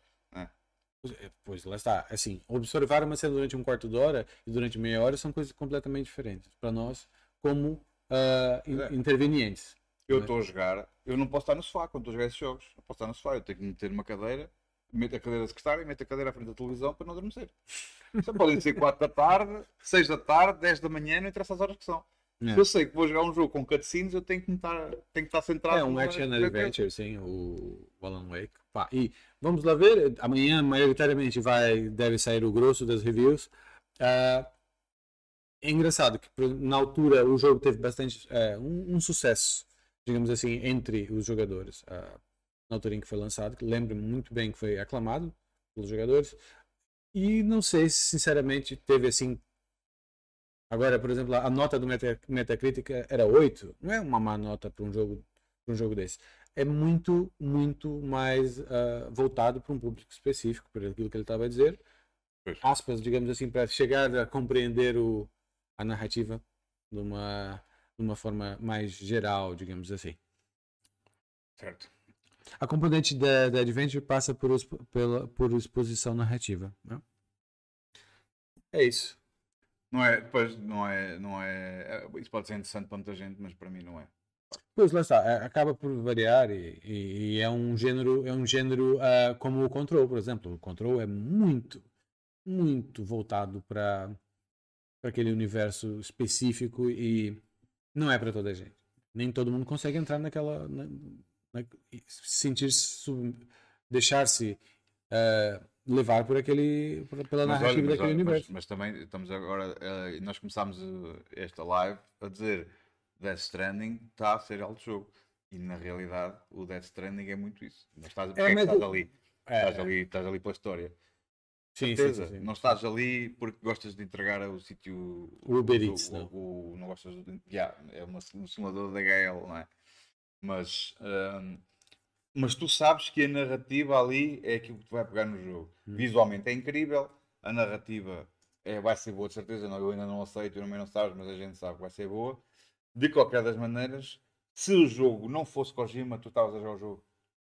Pois lá está. Assim, observar uma cena durante um quarto de hora e durante meia hora são coisas completamente diferentes para nós, como intervenientes. Eu estou a jogar, eu não posso estar no sofá quando estou a jogar esses jogos. Não posso estar no sofá, eu tenho que meter uma cadeira, meto a cadeira secretária e meto a cadeira à frente da televisão para não adormecer. Só podem ser 4 da tarde, 6 da tarde, 10 da manhã, não interessa as horas que são. Se eu sei que vou jogar um jogo com cutscenes, eu tenho que estar centrado. É um action adventure, sim, o Alan Wake. Pá, e vamos lá ver, amanhã maioritariamente deve sair o grosso das reviews. É engraçado que na altura o jogo teve bastante um sucesso, digamos assim, entre os jogadores. Na altura em que foi lançado, que lembro muito bem que foi aclamado pelos jogadores. E não sei se sinceramente teve assim. Agora, por exemplo, a nota do Metacritic era 8. Não é uma má nota para um jogo desse. É muito, muito mais voltado para um público específico, por aquilo que ele estava a dizer. Aspas, digamos assim, para chegar a compreender a narrativa de uma forma mais geral, digamos assim. Certo. A componente da Adventure passa por exposição narrativa. Né? É isso. Não é. Isso pode ser interessante para muita gente, mas para mim não é. Pois lá está, acaba por variar e é um gênero como o Control, por exemplo. O Control é muito, muito voltado para aquele universo específico e não é para toda a gente. Nem todo mundo consegue entrar naquela. Deixar-se levar pela narrativa daquele universo. Mas também estamos agora. Nós começámos esta live a dizer Death Stranding está a ser alto jogo. E na realidade o Death Stranding é muito isso. Não estás, estás ali? Estás ali pela história. Sim. Não estás ali porque gostas de entregar o sítio. O Uber Eats, não gostas de. É um simulador da HL, não é? Mas Mas tu sabes que a narrativa ali é aquilo que te vai pegar no jogo. Visualmente é incrível, a narrativa vai ser boa de certeza. Não, eu ainda não aceito, eu também não sabes, mas a gente sabe que vai ser boa. De qualquer das maneiras, se o jogo não fosse Kojima, tu estavas a jogar o jogo.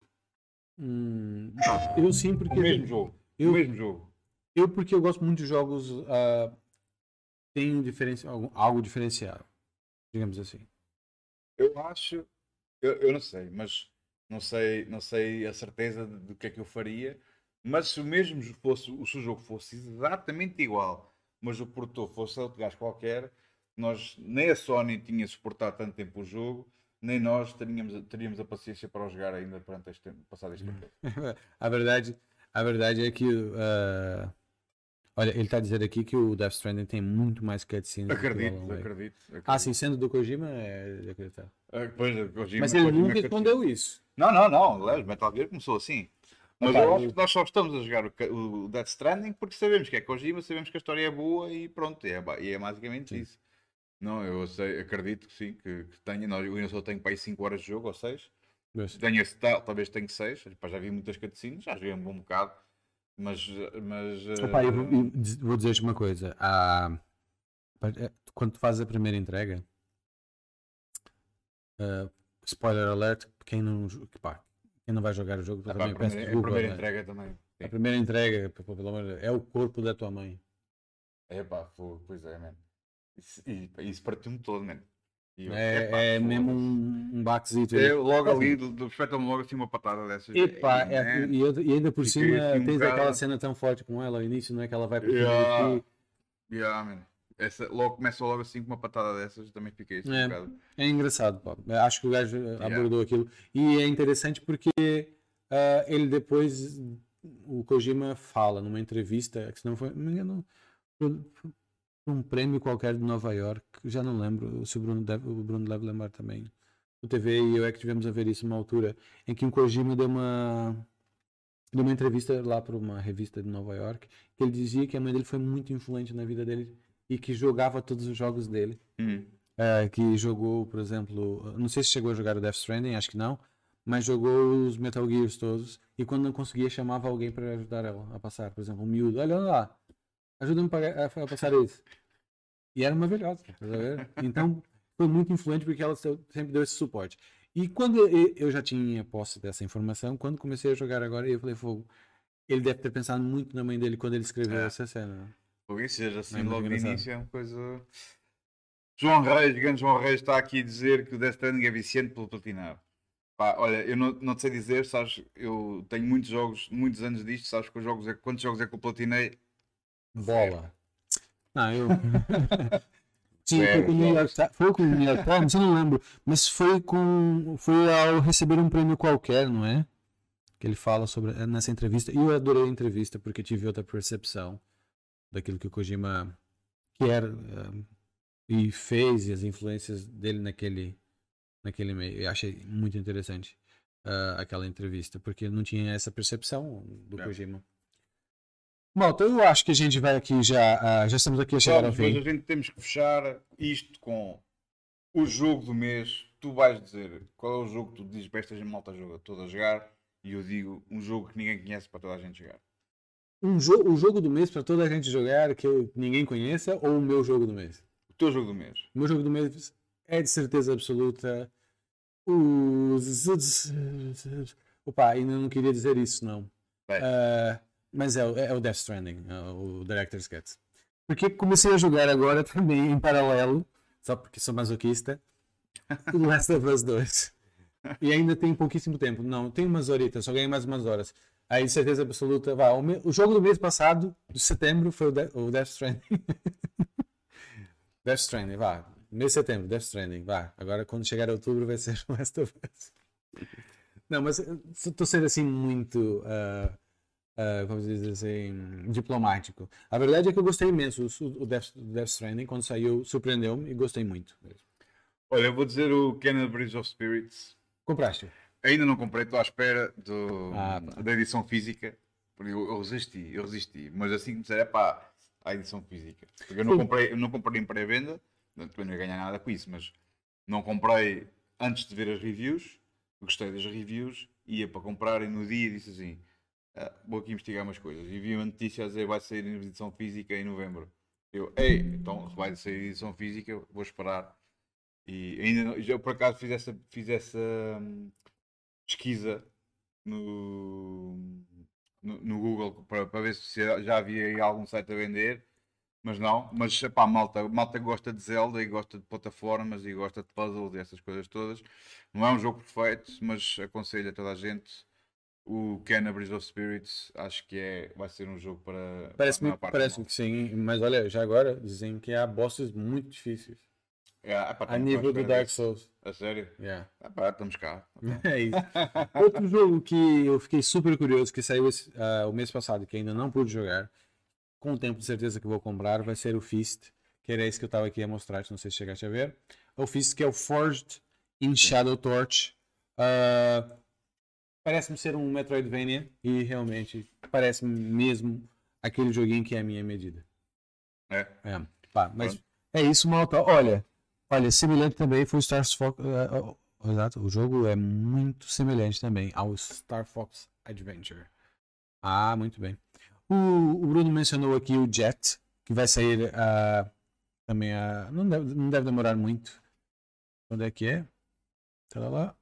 Eu sim, O porque mesmo jogo. eu, O mesmo jogo. eu porque eu gosto muito de jogos tem algo diferenciado, digamos assim. Eu acho, eu não sei, mas não sei a certeza do que é que eu faria. Mas se o mesmo fosse, se o jogo fosse exatamente igual, mas o produtor fosse outro gajo qualquer, nós nem a Sony tinha suportado tanto tempo o jogo, nem nós teríamos a paciência para o jogar ainda durante este tempo, passado este tempo. A verdade, a verdade é que olha, ele está dizendo aqui que o Death Stranding tem muito mais cutscenes do que o Alan Wake. Acredito. Sim, sendo do Kojima, é de acreditar. Pois, Kojima- Mas ele Kojima nunca é escondeu isso. Não. Aliás, Metal Gear começou assim. Mas Opa, eu acho que nós só estamos a jogar o Death Stranding porque sabemos que é Kojima, sabemos que a história é boa e pronto, e é basicamente isso. Não, acredito que sim, que tenha. Eu ainda só tenho para aí 5 horas de jogo ou 6. Tenho esse tal, talvez tenho 6. Já vi muitas cutscenes, já joguei um bom bocado. Mas Opa, eu vou dizer-te uma coisa. Quando tu fazes a primeira entrega, spoiler alert, quem não vai jogar o jogo, também peço a desculpa, primeira né? entrega também. A primeira entrega, pelo amor, é o corpo da tua mãe. Pois é, mano. Isso partiu-me todo, mano. É mesmo um baquezito. Logo ali, espeta-me logo assim uma patada dessas. Epá, e ainda por Fiquei cima assim um tens bocado- aquela cena tão forte com ela ao início, não é que ela vai por cima de ti. Man. Começa logo assim com uma patada dessas, também fiquei assim um bocado. É engraçado, pá. Acho que o gajo abordou aquilo. E é interessante porque ele depois, o Kojima fala numa entrevista, que se não foi, não me engano, foi um prêmio qualquer de Nova York, já não lembro, se o Bruno deve lembrar também. O TV e eu é que tivemos a ver isso numa altura em que o Kojima deu uma entrevista lá para uma revista de Nova York, que ele dizia que a mãe dele foi muito influente na vida dele e que jogava todos os jogos dele. Que jogou, por exemplo, não sei se chegou a jogar o Death Stranding, acho que não, mas jogou os Metal Gears todos e quando não conseguia chamava alguém para ajudar ela a passar, por exemplo, um miúdo, olha lá, ajuda-me a passar isso. E era uma velhota, tá vendo? Então foi muito influente porque ela sempre deu esse suporte. E quando eu já tinha posse dessa informação, quando comecei a jogar agora, eu falei, fogo, ele deve ter pensado muito na mãe dele quando ele escreveu essa cena. Por isso, seja assim, É muito logo de engraçado. início é uma coisa. Grande João Reis está aqui a dizer que o Death Stranding é viciante pelo platinar. Pá, olha, eu não te sei dizer, sabes, eu tenho muitos jogos, muitos anos disto, sabes que quantos jogos é que eu platinei? Bola. Não, eu. Sim, Zero foi com o New York Times, eu não lembro, mas foi ao receber um prêmio qualquer, não é? Que ele fala sobre nessa entrevista. E eu adorei a entrevista porque tive outra percepção daquilo que o Kojima quer e fez e as influências dele naquele meio. Eu achei muito interessante aquela entrevista porque eu não tinha essa percepção do Kojima. Bom, então eu acho que a gente vai aqui já estamos aqui a chegar ao fim. Mas a gente temos que fechar isto com o jogo do mês. Tu vais dizer qual é o jogo que tu dizes para esta malta toda a jogar e eu digo um jogo que ninguém conhece para toda a gente jogar. O jogo do mês para toda a gente jogar que ninguém conheça ou o meu jogo do mês? O teu jogo do mês. O meu jogo do mês é de certeza absoluta Opa, ainda não queria dizer isso, não. Mas é o Death Stranding, o Director's Cut. Porque comecei a jogar agora também em paralelo, só porque sou masoquista, o Last of Us 2. E ainda tem pouquíssimo tempo. Não, tem umas horitas, só ganhei mais umas horas. Aí, de certeza absoluta, o jogo do mês passado, de setembro, foi o Death Stranding. Death Stranding, mês de setembro, Death Stranding, Agora, quando chegar a outubro, vai ser o Last of Us. Não, mas estou sendo assim muito... como dizer assim, diplomático. A verdade é que eu gostei imenso. O Death Stranding, quando saiu, surpreendeu-me e gostei muito. Olha, eu vou dizer o Kena Bridge of Spirits. Compraste? Ainda não comprei, estou à espera da edição física. Porque eu resisti. Mas assim que me disser, a edição física. Porque eu não comprei em pré-venda, também não ia ganhar nada com isso, mas não comprei antes de ver as reviews. Gostei das reviews ia para comprar e no dia disse assim, vou aqui investigar umas coisas. E vi uma notícia a dizer vai sair em edição física em novembro. Eu, ei, então se vai sair em edição física, vou esperar. E ainda já por acaso fiz essa pesquisa no Google para ver se já havia aí algum site a vender, mas não. Mas epá, malta gosta de Zelda e gosta de plataformas e gosta de puzzles e essas coisas todas. Não é um jogo perfeito, mas aconselho a toda a gente. O Kena Bridge of Spirits acho que vai ser um jogo para a maior parte da Parece que sim, mas olha, já agora dizem que há bosses muito difíceis. malta. A nível do Dark Souls. A sério? Yeah. Estamos cá. É isso. Outro jogo que eu fiquei super curioso, que saiu o mês passado, que ainda não pude jogar, com o tempo de certeza que vou comprar, vai ser o Fist, que era esse que eu estava aqui a mostrar, não sei se chegaste a ver. O Fist, que é o Forged in Shadow Torch. Parece-me ser um Metroidvania e realmente parece-me mesmo aquele joguinho que é a minha medida. Pá, mas é isso, malta. Olha, semelhante também foi o Star Fox. Exato, o jogo é muito semelhante também ao Star Fox Adventure. Muito bem. O Bruno mencionou aqui o Jet, que vai sair também. Não deve demorar muito. Quando é que é? Tá lá.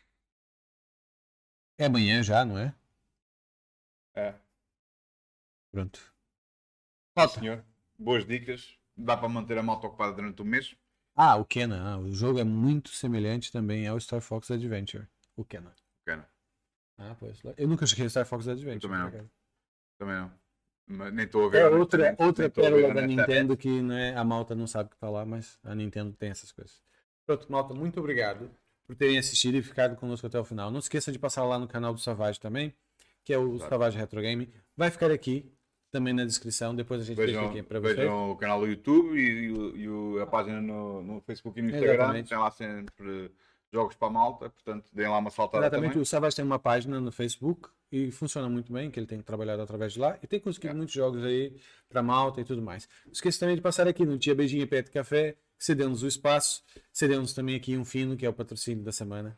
É amanhã já, não é? É. Pronto. Senhor. Boas dicas. Dá para manter a malta ocupada durante o mês. O Kenan. O jogo é muito semelhante também ao Star Fox Adventure. O Kenan. Pois. Eu nunca joguei Star Fox Adventure. Também não. Mas nem estou a ver. É outra pérola da Nintendo que a malta não sabe que está lá, mas a Nintendo tem essas coisas. Pronto, malta, muito obrigado por terem assistido e ficado conosco até o final. Não se esqueça de passar lá no canal do Savage também, que é o Savage Retro Game. Vai ficar aqui também na descrição, depois a gente deixa aqui para vocês. Vejam o canal do YouTube e a página no Facebook e no Instagram. Exatamente. Tem lá sempre jogos para a malta, portanto deem lá uma saltada. Exatamente, também. O Savage tem uma página no Facebook e funciona muito bem, que ele tem trabalhado através de lá e tem conseguido muitos jogos aí para malta e tudo mais. Não esqueça também de passar aqui no Tia Beijinho e Pet Café, cedendo-nos o espaço, cedendo-nos também aqui um fino, que é o patrocínio da semana.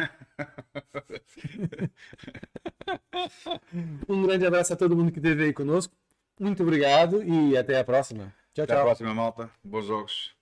Um grande abraço a todo mundo que esteve aí conosco. Muito obrigado e até a próxima. Tchau, Até a próxima, malta. Bons jogos.